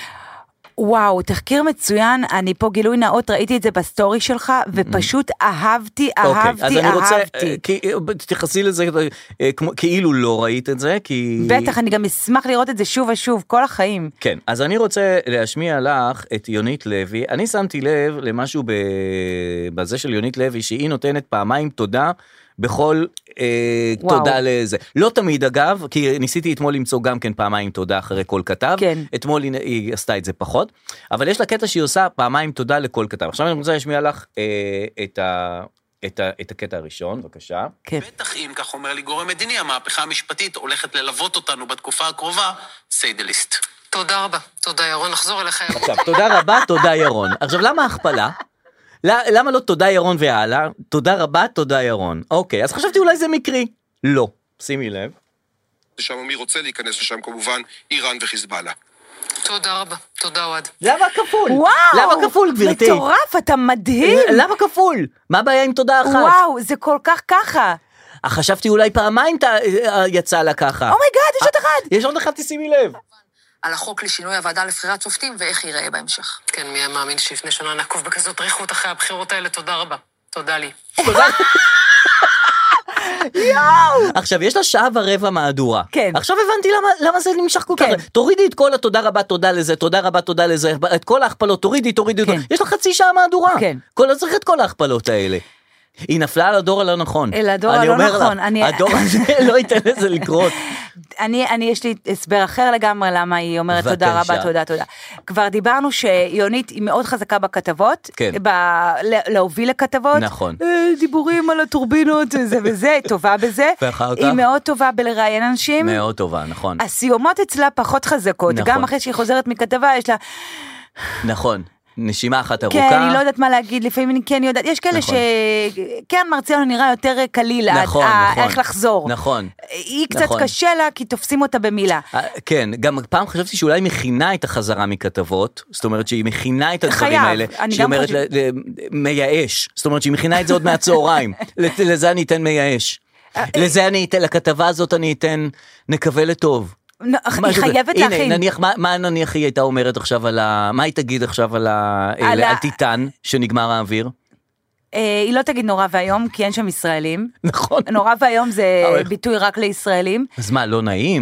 Speaker 3: וואו, תחקיר מצוין, אני פה גילוי נאות, ראיתי את זה בסטורי שלך, ופשוט אהבתי, אהבתי,
Speaker 2: אז אני רוצה,
Speaker 3: אהבתי.
Speaker 2: תתייחסי לזה, כאילו לא ראית את זה, כי...
Speaker 3: בטח, אני גם אשמח לראות את זה שוב ושוב, כל החיים.
Speaker 2: כן, אז אני רוצה להשמיע לך את יונית לוי, אני שמתי לב למשהו בזה של יונית לוי, שהיא נותנת פעמיים תודה, בכל אה, תודה לזה. לא תמיד אגב, כי ניסיתי אתמול למצוא גם כן פעמיים תודה אחרי כל כתב.
Speaker 3: כן.
Speaker 2: אתמול היא, היא עשתה את זה פחות, אבל יש לה קטע שהיא עושה פעמיים תודה לכל כתב. עכשיו אני רוצה להשמיע לך אה, את, ה, את, ה, את הקטע הראשון, בבקשה.
Speaker 3: כן.
Speaker 4: בטח אם, כך אומר לי גורם מדיני, המהפכה המשפטית הולכת ללוות אותנו בתקופה הקרובה, סיידליסט. תודה רבה. תודה ירון, נחזור אליך.
Speaker 2: עכשיו, תודה רבה, תודה ירון. עכשיו למה ההכפלה? למה לא תודה ירון והלאה? תודה רבה, תודה ירון. אוקיי, אז חשבתי אולי זה מקרי. לא, שימי לב.
Speaker 5: שם מי רוצה להיכנס לשם כמובן, איראן וחיזבאללה.
Speaker 4: תודה רבה, תודה אוהד.
Speaker 2: למה כפול?
Speaker 3: וואו,
Speaker 2: למה כפול גברתי?
Speaker 3: מטורף, אתה מדהים.
Speaker 2: למה כפול? מה הבעיה עם תודה אחת?
Speaker 3: וואו, זה כל כך ככה.
Speaker 2: חשבתי אולי פעמיים יצא לה ככה.
Speaker 3: אומייגאד, יש עוד אחד.
Speaker 2: יש עוד אחד, תשימי לב.
Speaker 6: על החוק לשינוי הוועדה לבחירת שופטים ואיך ייראה בהמשך.
Speaker 4: כן, מי המאמין שלפני שנה נעקוב בכזאת ריחות אחרי הבחירות האלה, תודה רבה. תודה לי.
Speaker 3: יואו!
Speaker 2: עכשיו, יש לה שעה ורבע מהדורה.
Speaker 3: כן.
Speaker 2: עכשיו הבנתי למה, למה זה נמשך כל כך. תורידי את כל התודה רבה, תודה לזה, תודה רבה, תודה לזה, את כל ההכפלות, תורידי, תורידי.
Speaker 3: כן.
Speaker 2: יש לה חצי שעה מהדורה.
Speaker 3: כן.
Speaker 2: כל, צריך את כל ההכפלות האלה. היא נפלה על הדור הלא נכון.
Speaker 3: אל הדור הלא נכון.
Speaker 2: אני... הדור הזה לא ייתן לזה לקרות.
Speaker 3: אני, אני, יש לי הסבר אחר לגמרי למה היא אומרת תודה רבה, תודה, תודה. כבר דיברנו שיונית היא מאוד חזקה בכתבות,
Speaker 2: כן.
Speaker 3: ב, להוביל לכתבות.
Speaker 2: נכון.
Speaker 3: דיבורים על הטורבינות, זה וזה, טובה בזה.
Speaker 2: ואחר כך?
Speaker 3: היא מאוד טובה בלראיין אנשים.
Speaker 2: מאוד טובה, נכון.
Speaker 3: הסיומות אצלה פחות חזקות.
Speaker 2: נכון.
Speaker 3: גם אחרי שהיא חוזרת מכתבה, יש לה...
Speaker 2: נכון. נשימה אחת ארוכה.
Speaker 3: כן, אני לא יודעת מה להגיד, לפעמים אני כן יודעת, יש כאלה שכן מרציאנו נראה יותר קליל,
Speaker 2: נכון, נכון.
Speaker 3: איך לחזור.
Speaker 2: נכון.
Speaker 3: היא קצת קשה לה, כי תופסים אותה במילה.
Speaker 2: כן, גם פעם חשבתי שאולי מכינה את החזרה מכתבות, זאת אומרת שהיא מכינה את הדברים האלה, שהיא אומרת מייאש, זאת אומרת שהיא מכינה את זה עוד מהצהריים, לזה אני אתן מייאש, לזה אני אתן, לכתבה הזאת אני אתן, נקווה לטוב.
Speaker 3: היא חייבת להכין.
Speaker 2: הנה, נניח, מה נניח היא הייתה אומרת עכשיו על ה... מה היא תגיד עכשיו על הטיטן שנגמר האוויר?
Speaker 3: היא לא תגיד נורא והיום, כי אין שם ישראלים.
Speaker 2: נכון.
Speaker 3: נורא והיום זה ביטוי רק לישראלים.
Speaker 2: אז מה, לא נעים?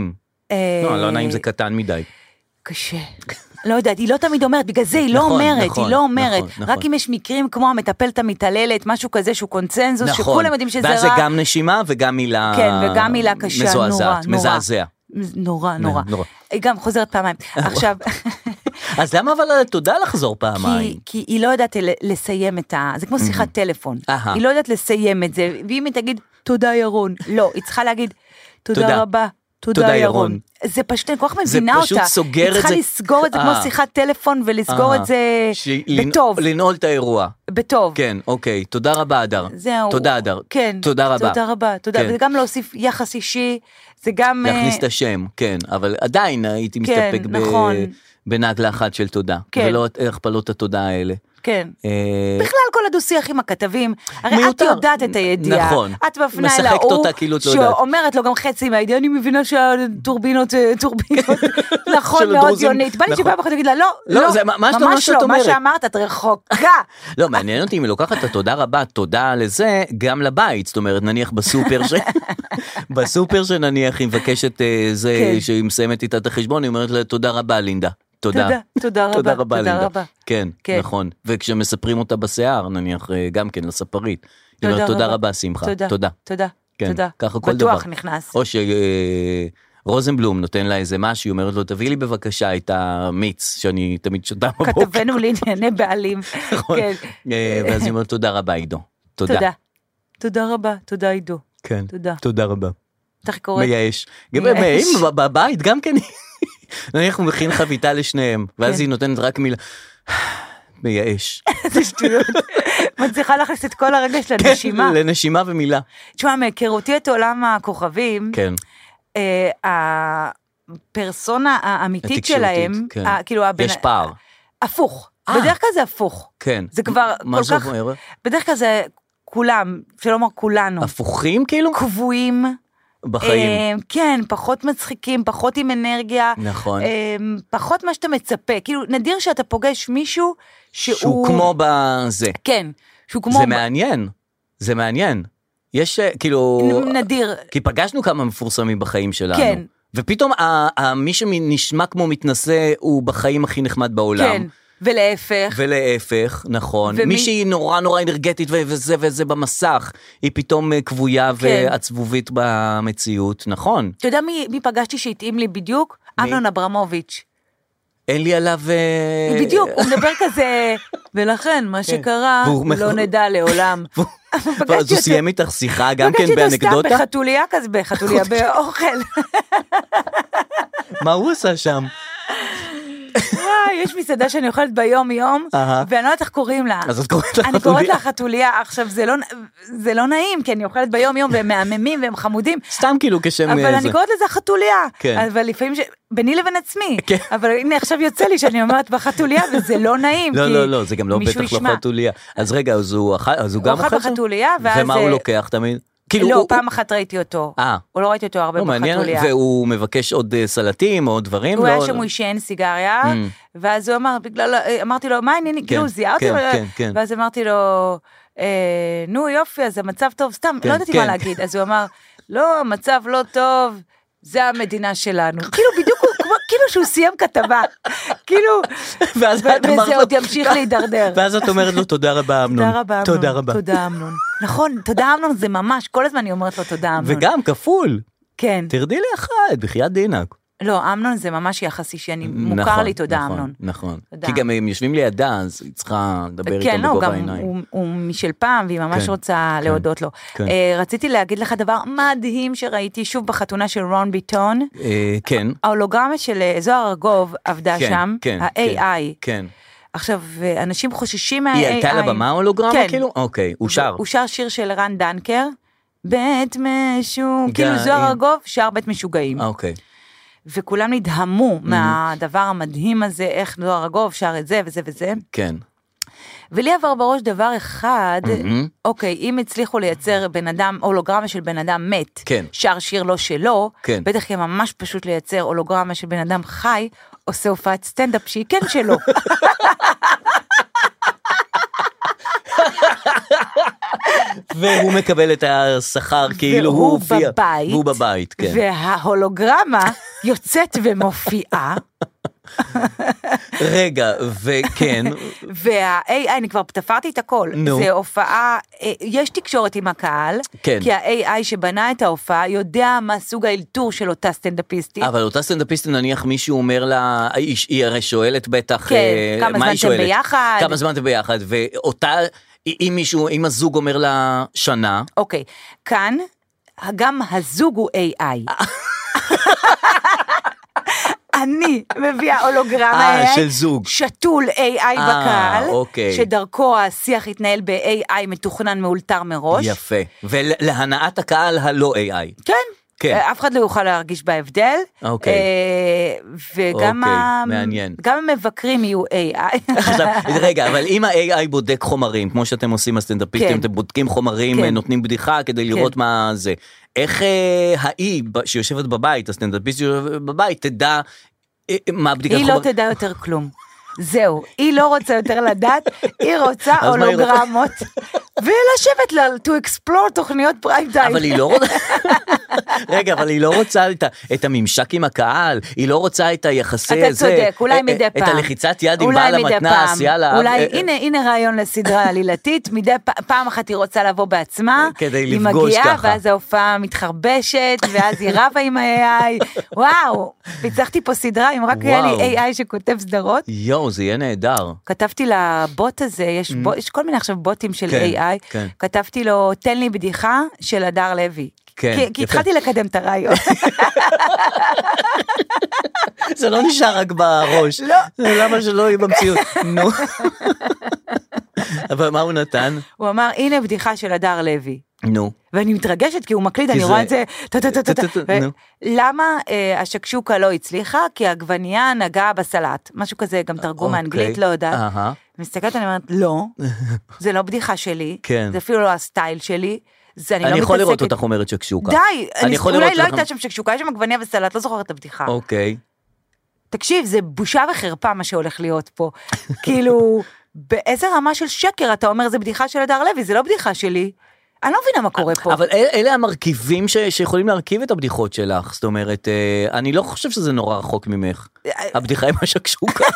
Speaker 2: לא, לא נעים, זה קטן מדי.
Speaker 3: קשה. לא יודעת, היא לא תמיד אומרת, בגלל זה היא לא אומרת, היא לא אומרת. רק אם יש מקרים כמו המטפלת המתעללת, משהו כזה שהוא קונצנזוס, שכולם יודעים שזה רע.
Speaker 2: ואז זה גם נשימה וגם מילה
Speaker 3: כן, וגם מילה קשה, נורא,
Speaker 2: מזעזע.
Speaker 3: נורא, נורא. היא גם חוזרת פעמיים. עכשיו...
Speaker 2: אז למה אבל תודה לחזור פעמיים?
Speaker 3: כי היא לא יודעת לסיים את ה... זה כמו שיחת טלפון. היא לא יודעת לסיים את זה, ואם היא תגיד, תודה ירון. לא, היא צריכה להגיד, תודה רבה. תודה ירון. זה פשוט, אני כל כך מבינה אותה.
Speaker 2: זה פשוט סוגר את זה.
Speaker 3: היא צריכה לסגור את זה כמו שיחת טלפון, ולסגור את זה בטוב.
Speaker 2: לנעול את האירוע.
Speaker 3: בטוב.
Speaker 2: כן, אוקיי. תודה רבה, אדר.
Speaker 3: זהו.
Speaker 2: תודה, אדר.
Speaker 3: כן.
Speaker 2: תודה רבה.
Speaker 3: תודה רבה, תודה. וזה גם להוסיף יחס אישי, זה גם...
Speaker 2: להכניס את השם, כן. אבל עדיין הייתי מסתפק בנגלה אחת של תודה. ולא הכפלות התודה האלה.
Speaker 3: כן. בכלל כל הדו-שיח עם הכתבים, הרי את יודעת את הידיעה.
Speaker 2: נכון.
Speaker 3: את מפנה אל ההוא, שאומרת לו גם חצי מהידיעה, אני מבינה שהטורבינות, טורבינות, נכון מאוד יונית. בא לי שבא בחד להגיד לה, לא, לא, ממש לא, מה שאמרת, את רחוקה.
Speaker 2: לא, מעניין אותי אם היא לוקחת את התודה רבה, תודה לזה, גם לבית, זאת אומרת, נניח בסופר, בסופר שנניח היא מבקשת זה, שהיא מסיימת איתה את החשבון, היא אומרת לה, תודה רבה, לינדה. תודה,
Speaker 3: תודה רבה,
Speaker 2: תודה רבה,
Speaker 3: תודה
Speaker 2: לינדה.
Speaker 3: רבה.
Speaker 2: כן, נכון. וכשמספרים אותה בשיער, נניח גם כן לספרית, היא אומרת תודה רבה, שמחה.
Speaker 3: תודה,
Speaker 2: תודה.
Speaker 3: תודה, תודה.
Speaker 2: ככה כל דבר.
Speaker 3: בטוח נכנס.
Speaker 2: או שרוזנבלום נותן לה איזה משהו, היא אומרת לו, תביא לי בבקשה את המיץ, שאני תמיד שותה בבוקר.
Speaker 3: כתבנו לענייני בעלים.
Speaker 2: נכון. ואז היא אומרת, תודה רבה, עידו. תודה.
Speaker 3: תודה רבה, תודה, עידו.
Speaker 2: כן,
Speaker 3: תודה.
Speaker 2: תודה רבה.
Speaker 3: איך קוראת?
Speaker 2: מייאש. בבית גם כן נניח הוא מכין חביתה לשניהם, ואז היא נותנת רק מילה, מייאש.
Speaker 3: זה שטויות. מצליחה להכניס את כל הרגש לנשימה.
Speaker 2: כן, לנשימה ומילה.
Speaker 3: תשמע, מהיכרותי את עולם הכוכבים,
Speaker 2: כן.
Speaker 3: הפרסונה האמיתית שלהם, כאילו,
Speaker 2: יש פער.
Speaker 3: הפוך. בדרך כלל זה הפוך.
Speaker 2: כן.
Speaker 3: זה כבר כל כך, בדרך כלל זה כולם, שלא אומר כולנו.
Speaker 2: הפוכים כאילו?
Speaker 3: קבועים.
Speaker 2: בחיים.
Speaker 3: כן, פחות מצחיקים, פחות עם אנרגיה.
Speaker 2: נכון.
Speaker 3: פחות מה שאתה מצפה. כאילו, נדיר שאתה פוגש מישהו שהוא...
Speaker 2: שהוא כמו בזה.
Speaker 3: כן. שהוא כמו...
Speaker 2: זה מעניין. זה מעניין. יש, כאילו...
Speaker 3: נדיר.
Speaker 2: כי פגשנו כמה מפורסמים בחיים שלנו.
Speaker 3: כן.
Speaker 2: ופתאום מי שנשמע כמו מתנשא הוא בחיים הכי נחמד בעולם.
Speaker 3: כן. ולהפך.
Speaker 2: ולהפך, נכון. ומי... מי שהיא נורא נורא אנרגטית וזה וזה במסך, היא פתאום קבויה כן. ועצבובית במציאות, נכון.
Speaker 3: אתה יודע מי, מי פגשתי שהתאים לי בדיוק? אמנון אברמוביץ'.
Speaker 2: אין לי עליו...
Speaker 3: בדיוק, הוא מדבר כזה, ולכן מה שקרה לא נדע לעולם.
Speaker 2: אז הוא סיים איתך שיחה גם כן באנקדוטה?
Speaker 3: פגשתי אותו סתם בחתוליה כזה, בחתוליה באוכל.
Speaker 2: מה הוא עושה שם?
Speaker 3: וואי, יש מסעדה שאני אוכלת ביום יום, ואני לא יודעת איך קוראים לה.
Speaker 2: אז את קוראת לה חתוליה?
Speaker 3: אני קוראת לה חתוליה, עכשיו זה לא נעים, כי אני אוכלת ביום יום, והם מהממים והם חמודים.
Speaker 2: סתם כאילו כשם...
Speaker 3: אבל אני קוראת לזה חתוליה. אבל לפעמים, ביני לבין עצמי. אבל הנה עכשיו יוצא לי שאני אומרת בחתוליה, וזה לא נעים.
Speaker 2: לא, לא, לא, זה גם לא בטח לא חתוליה. אז רגע, אז הוא גם אוכל
Speaker 3: בחתוליה,
Speaker 2: ומה הוא לוקח תמיד?
Speaker 3: לא, פעם אחת ראיתי אותו. הוא לא ראיתי אותו הרבה בחתוליה.
Speaker 2: והוא מבקש עוד סלטים או עוד דברים?
Speaker 3: הוא היה שם, הוא ישן סיגריה, ואז הוא אמר, אמרתי לו, מה העניינים? כאילו, זיהרתי לו, ואז אמרתי לו, נו יופי, אז המצב טוב, סתם, לא ידעתי מה להגיד. אז הוא אמר, לא, המצב לא טוב, זה המדינה שלנו. כאילו, בדיוק, כאילו שהוא סיים כתבה. כאילו, וזה עוד ימשיך להידרדר.
Speaker 2: ואז את אומרת לו, תודה רבה, אמנון.
Speaker 3: תודה רבה, אמנון.
Speaker 2: תודה רבה.
Speaker 3: תודה, אמנון. נכון, תודה, אמנון, זה ממש, כל הזמן אני אומרת לו, תודה, אמנון.
Speaker 2: וגם כפול.
Speaker 3: כן.
Speaker 2: תרדי לי אחד, בחייאת דינק.
Speaker 3: לא, אמנון זה ממש יחסי שאני מוכר לי, תודה, אמנון.
Speaker 2: נכון, כי גם הם יושבים לידה, אז היא צריכה לדבר איתם בגובה העיניים.
Speaker 3: כן, לא, גם הוא משל פעם, והיא ממש רוצה להודות לו. רציתי להגיד לך דבר מדהים שראיתי שוב בחתונה של רון ביטון.
Speaker 2: כן.
Speaker 3: ההולוגרמה של זוהר ארגוב עבדה שם, ה-איי איי.
Speaker 2: כן.
Speaker 3: עכשיו, אנשים חוששים מה-איי איי.
Speaker 2: היא הייתה לבמה הולוגרמה כאילו? אוקיי, הוא שר.
Speaker 3: הוא שר שיר של רן דנקר, בית משוגעים, כאילו זוהר ארגוב שר בית משוגעים.
Speaker 2: אוקיי.
Speaker 3: וכולם נדהמו מהדבר המדהים הזה, איך זוהר ארגוב שר את זה וזה וזה.
Speaker 2: כן.
Speaker 3: ולי עבר בראש דבר אחד, אוקיי, אם הצליחו לייצר בן אדם, הולוגרמה של בן אדם מת, שר שיר לא שלו, בטח יהיה ממש פשוט לייצר הולוגרמה של בן אדם חי, עושה הופעת סטנדאפ שהיא כן שלו.
Speaker 2: והוא מקבל את השכר כאילו הוא הופיע.
Speaker 3: בבית,
Speaker 2: והוא בבית, כן.
Speaker 3: וההולוגרמה יוצאת ומופיעה.
Speaker 2: רגע, וכן.
Speaker 3: וה-איי איי, אני כבר תפרתי את הכל.
Speaker 2: נו.
Speaker 3: זה הופעה, יש תקשורת עם הקהל,
Speaker 2: כן.
Speaker 3: כי ה-איי איי שבנה את ההופעה יודע מה סוג האלתור של אותה סטנדאפיסטית.
Speaker 2: אבל אותה סטנדאפיסטית, נניח מישהו אומר לה, היא הרי שואלת בטח,
Speaker 3: כן, כמה זמן אתם ביחד.
Speaker 2: כמה זמן אתם ביחד, ואותה, אם מישהו, אם הזוג אומר לה שנה.
Speaker 3: אוקיי, כאן, גם הזוג הוא איי איי. אני מביאה הולוגרמה
Speaker 2: אה, של זוג.
Speaker 3: שתול איי איי
Speaker 2: אה,
Speaker 3: בקהל,
Speaker 2: אוקיי.
Speaker 3: שדרכו השיח יתנהל ב-איי איי מתוכנן מאולתר מראש.
Speaker 2: יפה. ולהנאת הקהל הלא איי איי.
Speaker 3: כן.
Speaker 2: כן.
Speaker 3: אף אחד לא יוכל להרגיש בהבדל.
Speaker 2: אוקיי.
Speaker 3: וגם
Speaker 2: אוקיי, מעניין.
Speaker 3: גם המבקרים יהיו איי איי.
Speaker 2: עכשיו, רגע, אבל אם ה-איי איי בודק חומרים, כמו שאתם עושים הסטנדאפיסטים,
Speaker 3: כן.
Speaker 2: אתם בודקים חומרים,
Speaker 3: כן.
Speaker 2: נותנים בדיחה כדי לראות
Speaker 3: כן.
Speaker 2: מה זה. איך האי שיושבת בבית, הסטנדאפיסט שיושבת בבית, תדע מה הבדיקת
Speaker 3: היא
Speaker 2: חומר...
Speaker 3: לא תדע יותר כלום. זהו, היא לא רוצה יותר לדעת, היא רוצה
Speaker 2: אז מה היא רוצה?
Speaker 3: הולוגרמות, ולשבת לה, to explore תוכניות פריים טיים.
Speaker 2: אבל היא לא רוצה... רגע, אבל היא לא רוצה את, ה... את הממשק עם הקהל, היא לא רוצה את היחסי
Speaker 3: אתה
Speaker 2: הזה.
Speaker 3: צודק, אולי מדי פעם.
Speaker 2: את הלחיצת יד עם
Speaker 3: אולי
Speaker 2: בעל
Speaker 3: מדי
Speaker 2: המתנס,
Speaker 3: פעם.
Speaker 2: יאללה.
Speaker 3: אולי,
Speaker 2: אה,
Speaker 3: הנה, הנה רעיון לסדרה עלילתית, מדי פ... פעם אחת היא רוצה לבוא בעצמה,
Speaker 2: כדי
Speaker 3: היא
Speaker 2: לפגוש
Speaker 3: מגיעה,
Speaker 2: ככה.
Speaker 3: ואז ההופעה מתחרבשת, ואז היא רבה עם ה-איי איי, וואו, פיצחתי פה סדרה, אם רק היה לי
Speaker 2: וואו.
Speaker 3: איי איי שכותב סדרות,
Speaker 2: יואו, זה יהיה נהדר.
Speaker 3: כתבתי לבוט הזה, יש, בו, יש כל מיני עכשיו בוטים של
Speaker 2: כן,
Speaker 3: איי איי,
Speaker 2: כן.
Speaker 3: כתבתי לו, תן לי בדיחה של הדר לוי.
Speaker 2: כן,
Speaker 3: כי, כי
Speaker 2: יפה.
Speaker 3: התחלתי לקדם את הרעיון.
Speaker 2: זה לא נשאר רק בראש.
Speaker 3: לא.
Speaker 2: למה שלא יהיה במציאות? נו. אבל מה הוא נתן?
Speaker 3: הוא אמר, הנה בדיחה של הדר לוי.
Speaker 2: נו.
Speaker 3: ואני מתרגשת כי הוא מקליט, אני
Speaker 2: זה-
Speaker 3: רואה את זה, טה-טה-טה-טה.
Speaker 2: טה-טה-טה, נו.
Speaker 3: למה אה, השקשוקה לא הצליחה? כי העגבנייה נגעה בסלט. משהו כזה, גם תרגום מאנגלית,
Speaker 2: אוקיי.
Speaker 3: לא יודעת.
Speaker 2: אהה.
Speaker 3: מסתכלת, אני אומרת, לא, זה לא בדיחה שלי,
Speaker 2: כן.
Speaker 3: זה אפילו לא הסטייל שלי, זה אני לא
Speaker 2: אני
Speaker 3: מתעסקת.
Speaker 2: יכול לראות אותך אומרת שקשוקה.
Speaker 3: די,
Speaker 2: אני
Speaker 3: אני-
Speaker 2: יכול
Speaker 3: אולי
Speaker 2: לראות
Speaker 3: לא
Speaker 2: אותך-
Speaker 3: הייתה שם שקשוקה, יש שם עגבנייה וסלט, לא זוכרת את הבדיחה.
Speaker 2: אוקיי.
Speaker 3: תקשיב, זה בושה וחרפה מה שהולך להיות פה. כאילו, באיזה רמה של שקר אתה אומר, זה בדיחה של הדר לוי, זה לא בדיחה שלי. אני לא מבינה מה קורה פה.
Speaker 2: אבל אל- אלה המרכיבים ש- שיכולים להרכיב את הבדיחות שלך, זאת אומרת, אה, אני לא חושב שזה נורא רחוק ממך. הבדיחה עם השקשוקה.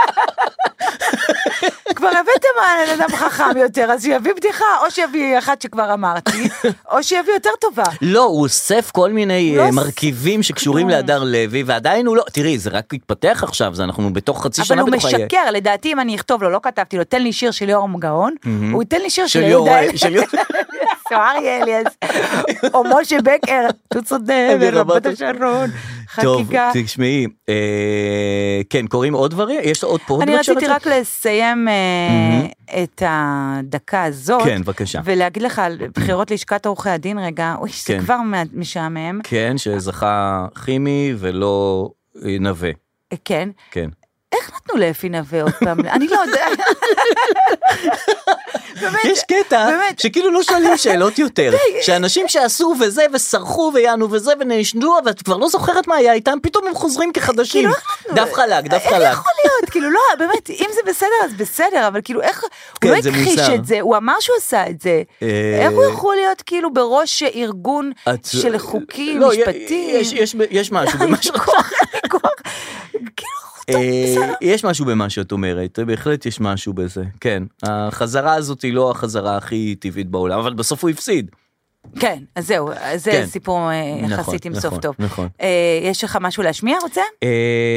Speaker 3: כבר הבאתם על אדם חכם יותר, אז שיביא בדיחה, או שיביא אחת שכבר אמרתי, או שיביא יותר טובה.
Speaker 2: לא, הוא אוסף כל מיני
Speaker 3: לא
Speaker 2: אה,
Speaker 3: אוס-
Speaker 2: מרכיבים שקשורים
Speaker 3: כלום.
Speaker 2: להדר לוי, ועדיין הוא לא, תראי, זה רק מתפתח עכשיו, זה אנחנו בתוך חצי
Speaker 3: אבל
Speaker 2: שנה
Speaker 3: הוא
Speaker 2: בתוך חיי.
Speaker 3: משקר, לדעתי אם אני אכתוב לו, לא כתבתי לו, תן לי שיר של יורם גאון, הוא ייתן לי שיר של
Speaker 2: של
Speaker 3: יהודה
Speaker 2: יוראי, של יוראי.
Speaker 3: או אריה אליאס, או משה בקר, תוצאות ברבת השרון,
Speaker 2: טוב,
Speaker 3: חקיקה.
Speaker 2: תשמעי, אה, כן, קוראים עוד דברים? יש עוד פה?
Speaker 3: אני רציתי רק לסיים אה, את הדקה הזאת,
Speaker 2: כן, בבקשה.
Speaker 3: ולהגיד לך על בחירות לשכת עורכי הדין רגע, אוי, זה
Speaker 2: כן.
Speaker 3: כבר משעמם,
Speaker 2: כן, שזכה כימי ולא אה, נווה.
Speaker 3: כן,
Speaker 2: כן.
Speaker 3: איך נתנו לאפי נווה עוד פעם? אני לא יודע. באמת,
Speaker 2: יש קטע
Speaker 3: באמת.
Speaker 2: שכאילו לא שואלים שאלות יותר, שאנשים שעשו וזה וסרחו ויענו וזה ונשנו, ואת כבר לא זוכרת מה היה איתם, פתאום הם חוזרים כחדשים.
Speaker 3: כאילו, איך נתנו-
Speaker 2: דף חלק, דף
Speaker 3: איך
Speaker 2: חלק.
Speaker 3: יכול להיות? כאילו, לא, באמת, אם זה בסדר, אז בסדר, אבל כאילו, איך,
Speaker 2: כן,
Speaker 3: הוא לא
Speaker 2: זה
Speaker 3: הכחיש
Speaker 2: מוזר.
Speaker 3: את זה, הוא אמר שהוא עשה את זה.
Speaker 2: אה,
Speaker 3: איך הוא יכול להיות כאילו בראש ארגון
Speaker 2: את-
Speaker 3: של חוקים,
Speaker 2: לא,
Speaker 3: משפטים?
Speaker 2: יש- יש- יש משהו במה שאת
Speaker 3: כוח, כוח, כאילו,
Speaker 2: אה, יש משהו במה שאת אומרת, בהחלט יש משהו בזה, כן. החזרה הזאת היא לא החזרה הכי טבעית בעולם, אבל בסוף הוא הפסיד.
Speaker 3: כן, אז זהו, זה
Speaker 2: כן.
Speaker 3: סיפור אה,
Speaker 2: נכון,
Speaker 3: יחסית עם סוף
Speaker 2: נכון,
Speaker 3: טוב.
Speaker 2: נכון.
Speaker 3: אה, יש לך משהו להשמיע, רוצה?
Speaker 2: אה,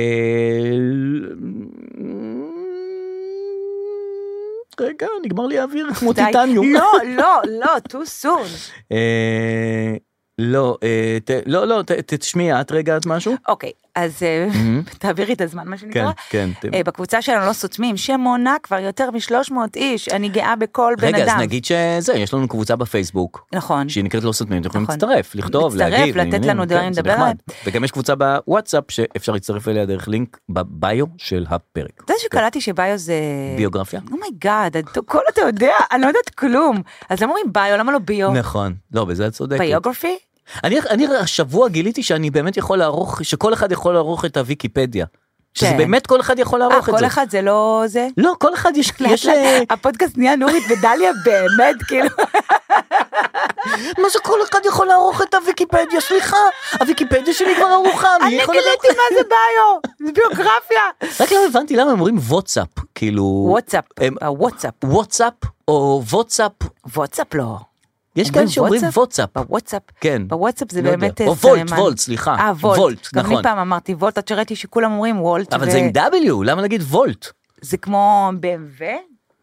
Speaker 2: רגע, נגמר לי האוויר כמו
Speaker 3: די.
Speaker 2: טיטניום.
Speaker 3: לא, לא, לא, too soon.
Speaker 2: אה, לא, אה, ת- לא, לא, ת- ת- תשמיע, את רגע את משהו?
Speaker 3: אוקיי, אז אה, תעבירי את הזמן, מה שנקרא.
Speaker 2: כן, כן.
Speaker 3: אה, בקבוצה שלנו לא סותמים, שמונה כבר יותר מ-שלוש מאות איש, אני גאה בכל בן
Speaker 2: רגע,
Speaker 3: אדם.
Speaker 2: אז נגיד שזה, יש לנו קבוצה בפייסבוק.
Speaker 3: נכון.
Speaker 2: שהיא נקראת לא סותמים, אתם יכולים
Speaker 3: נכון.
Speaker 2: להצטרף, לכתוב,
Speaker 3: להצטרף,
Speaker 2: להגיב.
Speaker 3: לתת
Speaker 2: לעניינים,
Speaker 3: לנו דברים
Speaker 2: כן, זה
Speaker 3: לדבר
Speaker 2: נחמד.
Speaker 3: עליהם.
Speaker 2: וגם יש קבוצה בוואטסאפ שאפשר להצטרף אליה דרך לינק בביו של הפרק.
Speaker 3: אתה יודע שקלטתי שביו זה...
Speaker 2: ביוגרפיה?
Speaker 3: אומייגאד, כל אתה יודע, אני לא יודעת כלום. אז למה אומרים ביו, למה לא ביו?
Speaker 2: נכון, לא, בזה את צודקת.
Speaker 3: ביוגרפי?
Speaker 2: אני, אני השבוע גיליתי שאני באמת יכול לערוך, שכל אחד יכול לערוך את הוויקיפדיה. שזה
Speaker 3: כן.
Speaker 2: באמת כל אחד יכול
Speaker 3: אה,
Speaker 2: לערוך את
Speaker 3: כל
Speaker 2: זה.
Speaker 3: אחד זה לא זה?
Speaker 2: לא, כל אחד יש...
Speaker 3: לאט
Speaker 2: יש,
Speaker 3: לאט,
Speaker 2: אה,
Speaker 3: הפודקאסט נהיה נורית ודליה באמת, כאילו.
Speaker 2: מה זה כל אחד יכול לערוך את הוויקיפדיה? סליחה, הוויקיפדיה שלי כבר ערוכה.
Speaker 3: אני גיליתי מה זה ביו, זה ביוגרפיה.
Speaker 2: רק לא הבנתי למה הם אומרים וואטסאפ, כאילו...
Speaker 3: וואטסאפ, וואטסאפ.
Speaker 2: וואטסאפ או וואטסאפ?
Speaker 3: וואטסאפ לא.
Speaker 2: יש כאלה שאומרים וואטסאפ.
Speaker 3: בוואטסאפ.
Speaker 2: כן.
Speaker 3: בוואטסאפ זה באמת...
Speaker 2: או וולט, וולט, סליחה.
Speaker 3: אה, וולט. גם
Speaker 2: נכון.
Speaker 3: לי פעם אמרתי וולט, עד שראיתי שכולם אומרים וולט.
Speaker 2: אבל זה עם W, למה נגיד וולט?
Speaker 3: זה כמו ב אם דאבליו?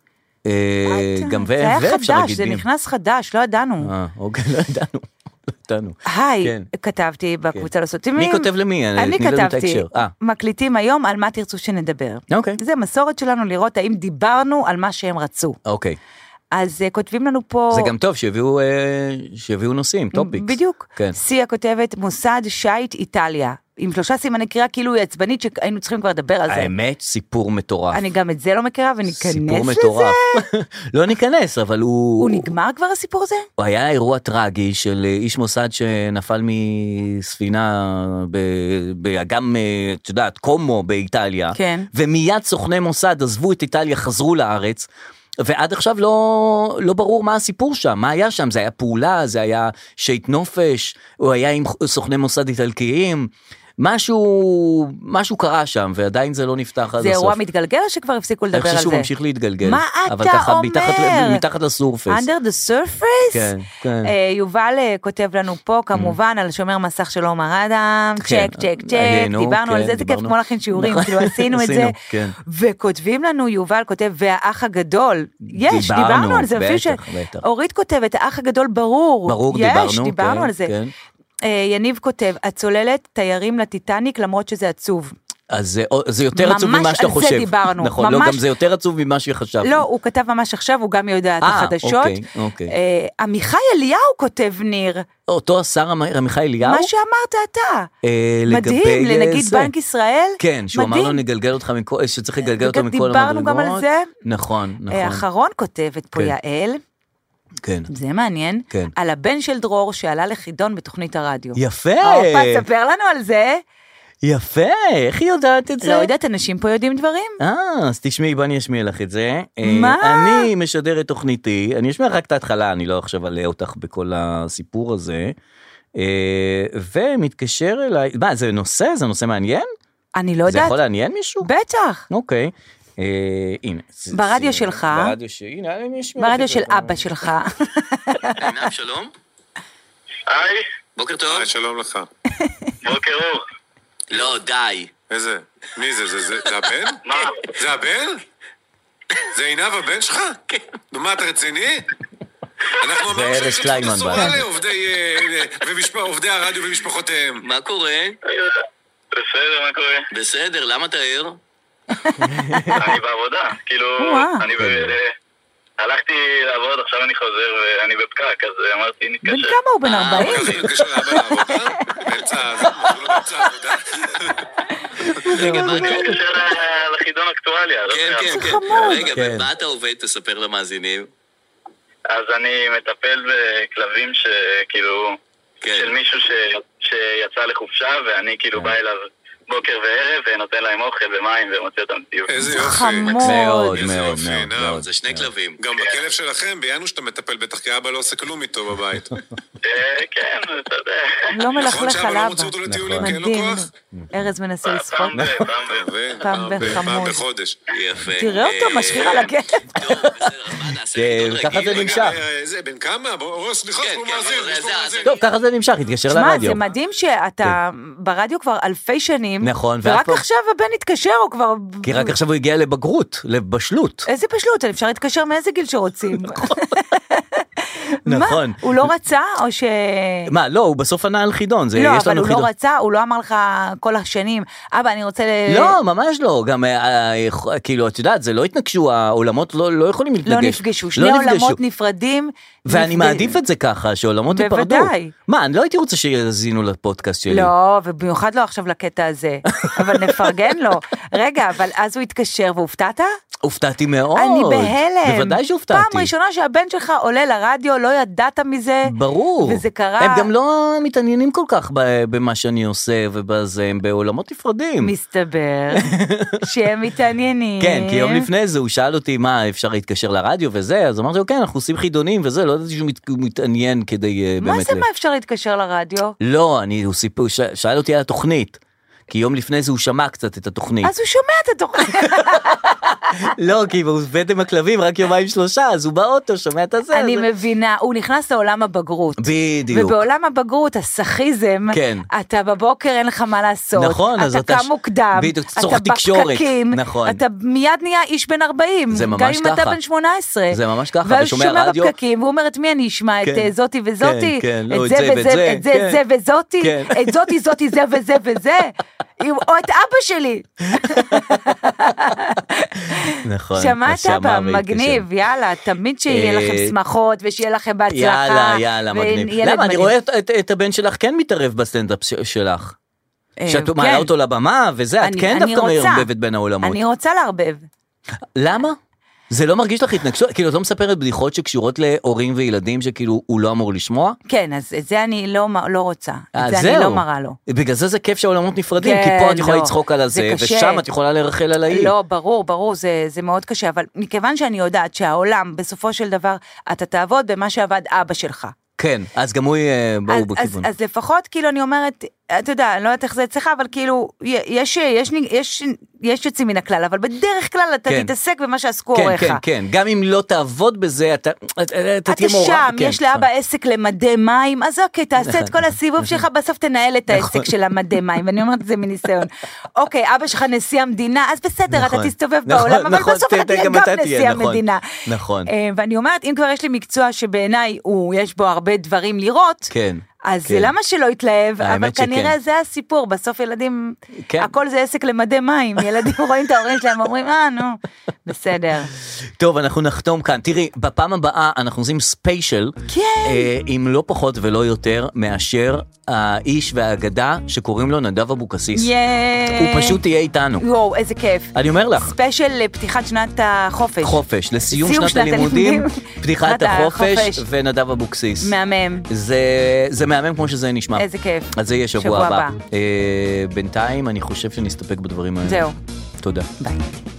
Speaker 2: גם ו אם דאבליו
Speaker 3: זה היה
Speaker 2: אפשר
Speaker 3: חדש,
Speaker 2: להגיד.
Speaker 3: זה נכנס חדש, לא ידענו.
Speaker 2: אה, אוקיי, לא ידענו. לא ידענו.
Speaker 3: היי, כתבתי בקבוצה לסוטימים.
Speaker 2: מי כותב למי?
Speaker 3: אני כתבתי, מקליטים היום על מה תרצו שנדבר.
Speaker 2: אוקיי.
Speaker 3: זה מסורת שלנו לראות האם דיברנו על מה שהם רצו.
Speaker 2: אוקיי.
Speaker 3: אז כותבים לנו פה...
Speaker 2: זה גם טוב שהביאו, שהביאו נושאים, טופיקס.
Speaker 3: בדיוק.
Speaker 2: כן.
Speaker 3: סיה כותבת מוסד שייט איטליה. עם שלושה סימני קריאה כאילו היא עצבנית שהיינו צריכים כבר לדבר על זה.
Speaker 2: האמת, סיפור מטורף.
Speaker 3: אני גם את זה לא מכירה וניכנס לזה.
Speaker 2: סיפור מטורף. לא ניכנס, אבל הוא...
Speaker 3: הוא נגמר כבר הסיפור הזה?
Speaker 2: הוא היה אירוע טרגי של איש מוסד שנפל מספינה באגם, את יודעת, קומו באיטליה. כן. ומיד סוכני מוסד עזבו את איטליה, חזרו לארץ. ועד עכשיו לא, לא ברור מה הסיפור שם, מה היה שם, זה היה פעולה, זה היה שייט נופש, הוא היה עם סוכני מוסד איטלקיים, משהו, משהו קרה שם, ועדיין זה לא נפתח עד הסוף.
Speaker 3: זה אירוע מתגלגל או שכבר הפסיקו לדבר על זה?
Speaker 2: אני חושב שהוא ממשיך להתגלגל.
Speaker 3: מה אתה
Speaker 2: אבל ככה,
Speaker 3: אומר?
Speaker 2: מתחת, מתחת לסורפס.
Speaker 3: Under the surface?
Speaker 2: כן, כן.
Speaker 3: Uh, יובל uh, כותב לנו פה, כמובן, mm. על שומר מסך של עומר אדם, צ'ק, צ'ק, צ'ק, דיברנו על זה, זה כיף כמו לכם שיעורים, כאילו עשינו את זה, וכותבים לנו, יובל כותב, והאח הגדול, יש, דיברנו על זה, אורית כותבת, האח הגדול ברור,
Speaker 2: ברור, דיברנו,
Speaker 3: יש, דיברנו על זה. יניב כותב, הצוללת תיירים לטיטניק למרות שזה עצוב.
Speaker 2: אז זה יותר עצוב ממה שאתה חושב.
Speaker 3: ממש על זה דיברנו.
Speaker 2: נכון, לא, גם זה יותר עצוב ממה שחשבת.
Speaker 3: לא, הוא כתב ממש עכשיו, הוא גם יודע את החדשות.
Speaker 2: אוקיי, אוקיי.
Speaker 3: עמיחי אליהו כותב ניר.
Speaker 2: אותו השר עמיחי אליהו?
Speaker 3: מה שאמרת אתה. מדהים, לנגיד בנק ישראל.
Speaker 2: כן, שהוא אמר לו נגלגל אותך מכל, שצריך לגלגל אותו מכל המדרגות.
Speaker 3: דיברנו גם על זה.
Speaker 2: נכון, נכון.
Speaker 3: אחרון כותבת פה יעל.
Speaker 2: כן.
Speaker 3: זה מעניין,
Speaker 2: כן.
Speaker 3: על הבן של דרור שעלה לחידון בתוכנית הרדיו.
Speaker 2: יפה.
Speaker 3: אופה, ספר לנו על זה.
Speaker 2: יפה, איך היא יודעת את זה?
Speaker 3: לא יודעת, אנשים פה יודעים דברים.
Speaker 2: אה, אז תשמעי, בוא אני אשמיע לך את זה.
Speaker 3: מה?
Speaker 2: אני משדר את תוכניתי, אני אשמיע רק את ההתחלה, אני לא עכשיו עלה אותך בכל הסיפור הזה, ומתקשר אליי, מה, זה נושא? זה נושא מעניין?
Speaker 3: אני לא יודעת.
Speaker 2: זה יכול לעניין מישהו?
Speaker 3: בטח.
Speaker 2: אוקיי. הנה.
Speaker 3: ברדיו שלך.
Speaker 2: ברדיו של, הנה, אני אשמיע.
Speaker 3: ברדיו של אבא שלך.
Speaker 4: עינב, שלום.
Speaker 5: היי.
Speaker 4: בוקר טוב.
Speaker 5: היי, שלום לך.
Speaker 7: בוקר אור.
Speaker 4: לא, די.
Speaker 5: איזה? מי זה? זה, זה, זה הבן?
Speaker 7: מה?
Speaker 5: זה הבן? זה עינב הבן שלך?
Speaker 4: כן.
Speaker 5: מה, אתה רציני? אנחנו
Speaker 2: זה ארז קליינמן
Speaker 5: בעד. עובדי הרדיו ומשפחותיהם.
Speaker 4: מה קורה?
Speaker 7: בסדר, מה קורה?
Speaker 4: בסדר, למה אתה ער?
Speaker 7: אני בעבודה, כאילו, אני הלכתי לעבוד, עכשיו אני חוזר ואני בפקק, אז אמרתי, נתקשר.
Speaker 3: בן כמה הוא? בן ארבעים?
Speaker 5: אני נתקשר לאבא לעבודה? באמצע העבודה?
Speaker 4: רגע, מה אתה...
Speaker 7: אני נתקשר לחידון אקטואליה.
Speaker 4: כן, כן, כן. רגע, במה אתה עובד? תספר למאזינים.
Speaker 7: אז אני מטפל בכלבים שכאילו, של מישהו שיצא לחופשה, ואני כאילו בא אליו בוקר וערב, ונותן להם אוכל ומים, ומוציא אותם טיול.
Speaker 5: איזה יופי.
Speaker 3: חמוד.
Speaker 2: מאוד,
Speaker 5: איזה
Speaker 2: מאוד,
Speaker 5: יופי,
Speaker 2: מאוד, מאוד.
Speaker 4: זה שני כלבים.
Speaker 5: גם בכלב שלכם, ביאנו שאתה מטפל, בטח כי אבא לא עושה כלום איתו בבית.
Speaker 7: כן, אתה יודע.
Speaker 3: לא מלכלך
Speaker 5: נכון שאבא
Speaker 3: על
Speaker 5: לא
Speaker 3: אבא.
Speaker 5: מוציא אותו לטיולים, כי אין לו
Speaker 3: מדהים.
Speaker 5: כוח?
Speaker 3: ארז מנסה לצחוק.
Speaker 7: פעם ב...
Speaker 3: פעם בחמוד.
Speaker 5: פעם בחודש.
Speaker 4: יפה.
Speaker 3: תראה אותו, משחיר על הגלב.
Speaker 4: טוב, בסדר, אז מה נעשה?
Speaker 2: ככה זה נמשך.
Speaker 5: זה בן כמה? בוא, סליחה,
Speaker 4: כן,
Speaker 5: הוא
Speaker 4: כן,
Speaker 5: מאזין.
Speaker 4: אבל
Speaker 5: יש פה
Speaker 4: זה-
Speaker 5: מאזין.
Speaker 2: טוב, ככה זה נמשך, התקשר
Speaker 3: שמע,
Speaker 2: לרדיו.
Speaker 3: זה מדהים שאתה ברדיו כבר אלפי שנים.
Speaker 2: נכון,
Speaker 3: ורק
Speaker 2: ואף פעם-
Speaker 3: עכשיו הבן התקשר, הוא כבר...
Speaker 2: כי רק עכשיו הוא הגיע לבגרות, לבשלות.
Speaker 3: איזה פשלות, אפשר להתקשר מאיזה גיל שרוצים.
Speaker 2: נכון.
Speaker 3: מה? הוא לא רצה או ש...
Speaker 2: מה, לא, הוא בסוף ענה על חידון. זה-
Speaker 3: לא,
Speaker 2: יש
Speaker 3: אבל
Speaker 2: לנו
Speaker 3: הוא
Speaker 2: חידון.
Speaker 3: לא רצה, הוא לא אמר לך כל השנים, אבא, אני רוצה ל...
Speaker 2: לא, ממש לא, גם, אה, אה, כאילו, את יודעת, זה לא התנגשו, העולמות לא, לא יכולים להתנגש.
Speaker 3: לא נפגשו, שני
Speaker 2: לא נפגשו.
Speaker 3: עולמות נפרדים.
Speaker 2: ואני
Speaker 3: נפרד-
Speaker 2: מעדיף את זה ככה, שעולמות ייפרדו.
Speaker 3: בוודאי.
Speaker 2: מה, אני לא הייתי רוצה שיזינו לפודקאסט שלי.
Speaker 3: לא, ובמיוחד לא עכשיו לקטע הזה, אבל נפרגן לו. רגע, אבל אז הוא התקשר, והופתעת?
Speaker 2: הופתעתי מאוד.
Speaker 3: אני בהלם.
Speaker 2: בוודאי שהופתעתי.
Speaker 3: פעם ראשונה שהבן שלך עולה לרדיו ברדיו, לא ידעת מזה.
Speaker 2: ברור.
Speaker 3: וזה קרה.
Speaker 2: הם גם לא מתעניינים כל כך במה שאני עושה, ובזה הם בעולמות נפרדים.
Speaker 3: מסתבר שהם מתעניינים.
Speaker 2: כן, כי יום לפני זה הוא שאל אותי מה אפשר להתקשר לרדיו וזה, אז אמרתי לו, כן, אנחנו עושים חידונים וזה, לא ידעתי שהוא מתעניין כדי באמת...
Speaker 3: מה זה מה אפשר להתקשר לרדיו?
Speaker 2: לא, אני, הוא סיפור, שאל אותי על התוכנית. כי יום לפני זה הוא שמע קצת את התוכנית.
Speaker 3: אז הוא שומע את התוכנית.
Speaker 2: לא, כי הוא עובד עם הכלבים רק יומיים שלושה, אז הוא באוטו, שומע את הזה.
Speaker 3: אני מבינה, הוא נכנס לעולם הבגרות.
Speaker 2: בדיוק.
Speaker 3: ובעולם הבגרות, הסכיזם, אתה בבוקר אין לך מה לעשות.
Speaker 2: נכון, אז אתה...
Speaker 3: אתה קם מוקדם.
Speaker 2: בדיוק, צורך תקשורת.
Speaker 3: אתה בפקקים.
Speaker 2: נכון.
Speaker 3: אתה מיד נהיה איש בן ארבעים.
Speaker 2: זה ממש ככה.
Speaker 3: גם אם אתה בן שמונה עשרה.
Speaker 2: זה ממש ככה, ושומע רדיו.
Speaker 3: ואז שומע בפקקים, והוא אומר, את מי אני אשמע? את זאתי וזאתי?
Speaker 2: כן, כן,
Speaker 3: את זה וזה, את זה, זה וזאתי? את זאתי, זאתי, זה וזה וזה? או את אבא שלי.
Speaker 2: נכון.
Speaker 3: שמעת אבא, מגניב, יאללה, תמיד שיהיה לכם שמחות, ושיהיה לכם בהצלחה.
Speaker 2: יאללה, יאללה, מגניב. למה, אני רואה את הבן שלך כן מתערב בסטנדאפ שלך. שאת מעלה אותו לבמה, וזה, את כן דווקא מערבבת בין העולמות.
Speaker 3: אני רוצה לערבב.
Speaker 2: למה? זה לא מרגיש לך התנגשות? כאילו, את לא מספרת בדיחות שקשורות להורים וילדים שכאילו הוא לא אמור לשמוע?
Speaker 3: כן, אז את זה אני לא, לא רוצה. את זה אני לא מראה לו.
Speaker 2: בגלל זה זה כיף שהעולמות נפרדים, כי פה את יכולה לצחוק על הזה, ושם את יכולה לרחל על האי.
Speaker 3: לא, ברור, ברור, זה, זה מאוד קשה, אבל מכיוון שאני יודעת שהעולם, בסופו של דבר, אתה תעבוד במה שעבד אבא שלך.
Speaker 2: כן, אז גם הוא יהיה ברור בכיוון.
Speaker 3: אז, אז לפחות, כאילו, אני אומרת, אתה יודע, אני לא יודעת איך זה אצלך, אבל כאילו, יש, יש, יש, יש יוצאים מן הכלל, אבל בדרך כלל אתה כן. תתעסק במה שעסקו
Speaker 2: כן,
Speaker 3: הוריך.
Speaker 2: כן, כן, גם אם לא תעבוד בזה, אתה, אתה, אתה תהיה מורה.
Speaker 3: שם, כן, יש לאבא עסק למדי מים, אז אוקיי, תעשה את כל הסיבוב שלך, בסוף תנהל את העסק של המדי מים, ואני אומרת את זה מניסיון. אוקיי, אבא שלך נשיא המדינה, אז בסדר, אתה תסתובב בעולם, אבל בסוף אתה תהיה גם נשיא המדינה.
Speaker 2: נכון.
Speaker 3: ואני אומרת, אם כבר יש לי מקצוע שבעיניי יש בו הרבה דברים לראות,
Speaker 2: כן.
Speaker 3: אז כן. למה שלא יתלהב, אבל כנראה שכן. זה הסיפור, בסוף ילדים, כן. הכל זה עסק למדי מים, ילדים רואים את ההורים שלהם, אומרים, אה, נו, בסדר.
Speaker 2: טוב, אנחנו נחתום כאן, תראי, בפעם הבאה אנחנו עושים ספיישל,
Speaker 3: כן.
Speaker 2: אה, עם לא פחות ולא יותר, מאשר האיש והאגדה שקוראים לו נדב אבוקסיס.
Speaker 3: ייי.
Speaker 2: הוא פשוט יהיה איתנו.
Speaker 3: וואו, איזה כיף.
Speaker 2: אני אומר לך.
Speaker 3: ספיישל לפתיחת שנת החופש.
Speaker 2: חופש, לסיום שנת, שנת הלימודים, פתיחת החופש, החופש ונדב אבוקסיס.
Speaker 3: מהמם.
Speaker 2: זה, זה מהמם כמו שזה נשמע.
Speaker 3: איזה כיף.
Speaker 2: אז זה יהיה שבוע, שבוע הבא. הבא. אה, בינתיים אני חושב שנסתפק בדברים האלה.
Speaker 3: זהו.
Speaker 2: תודה.
Speaker 3: ביי.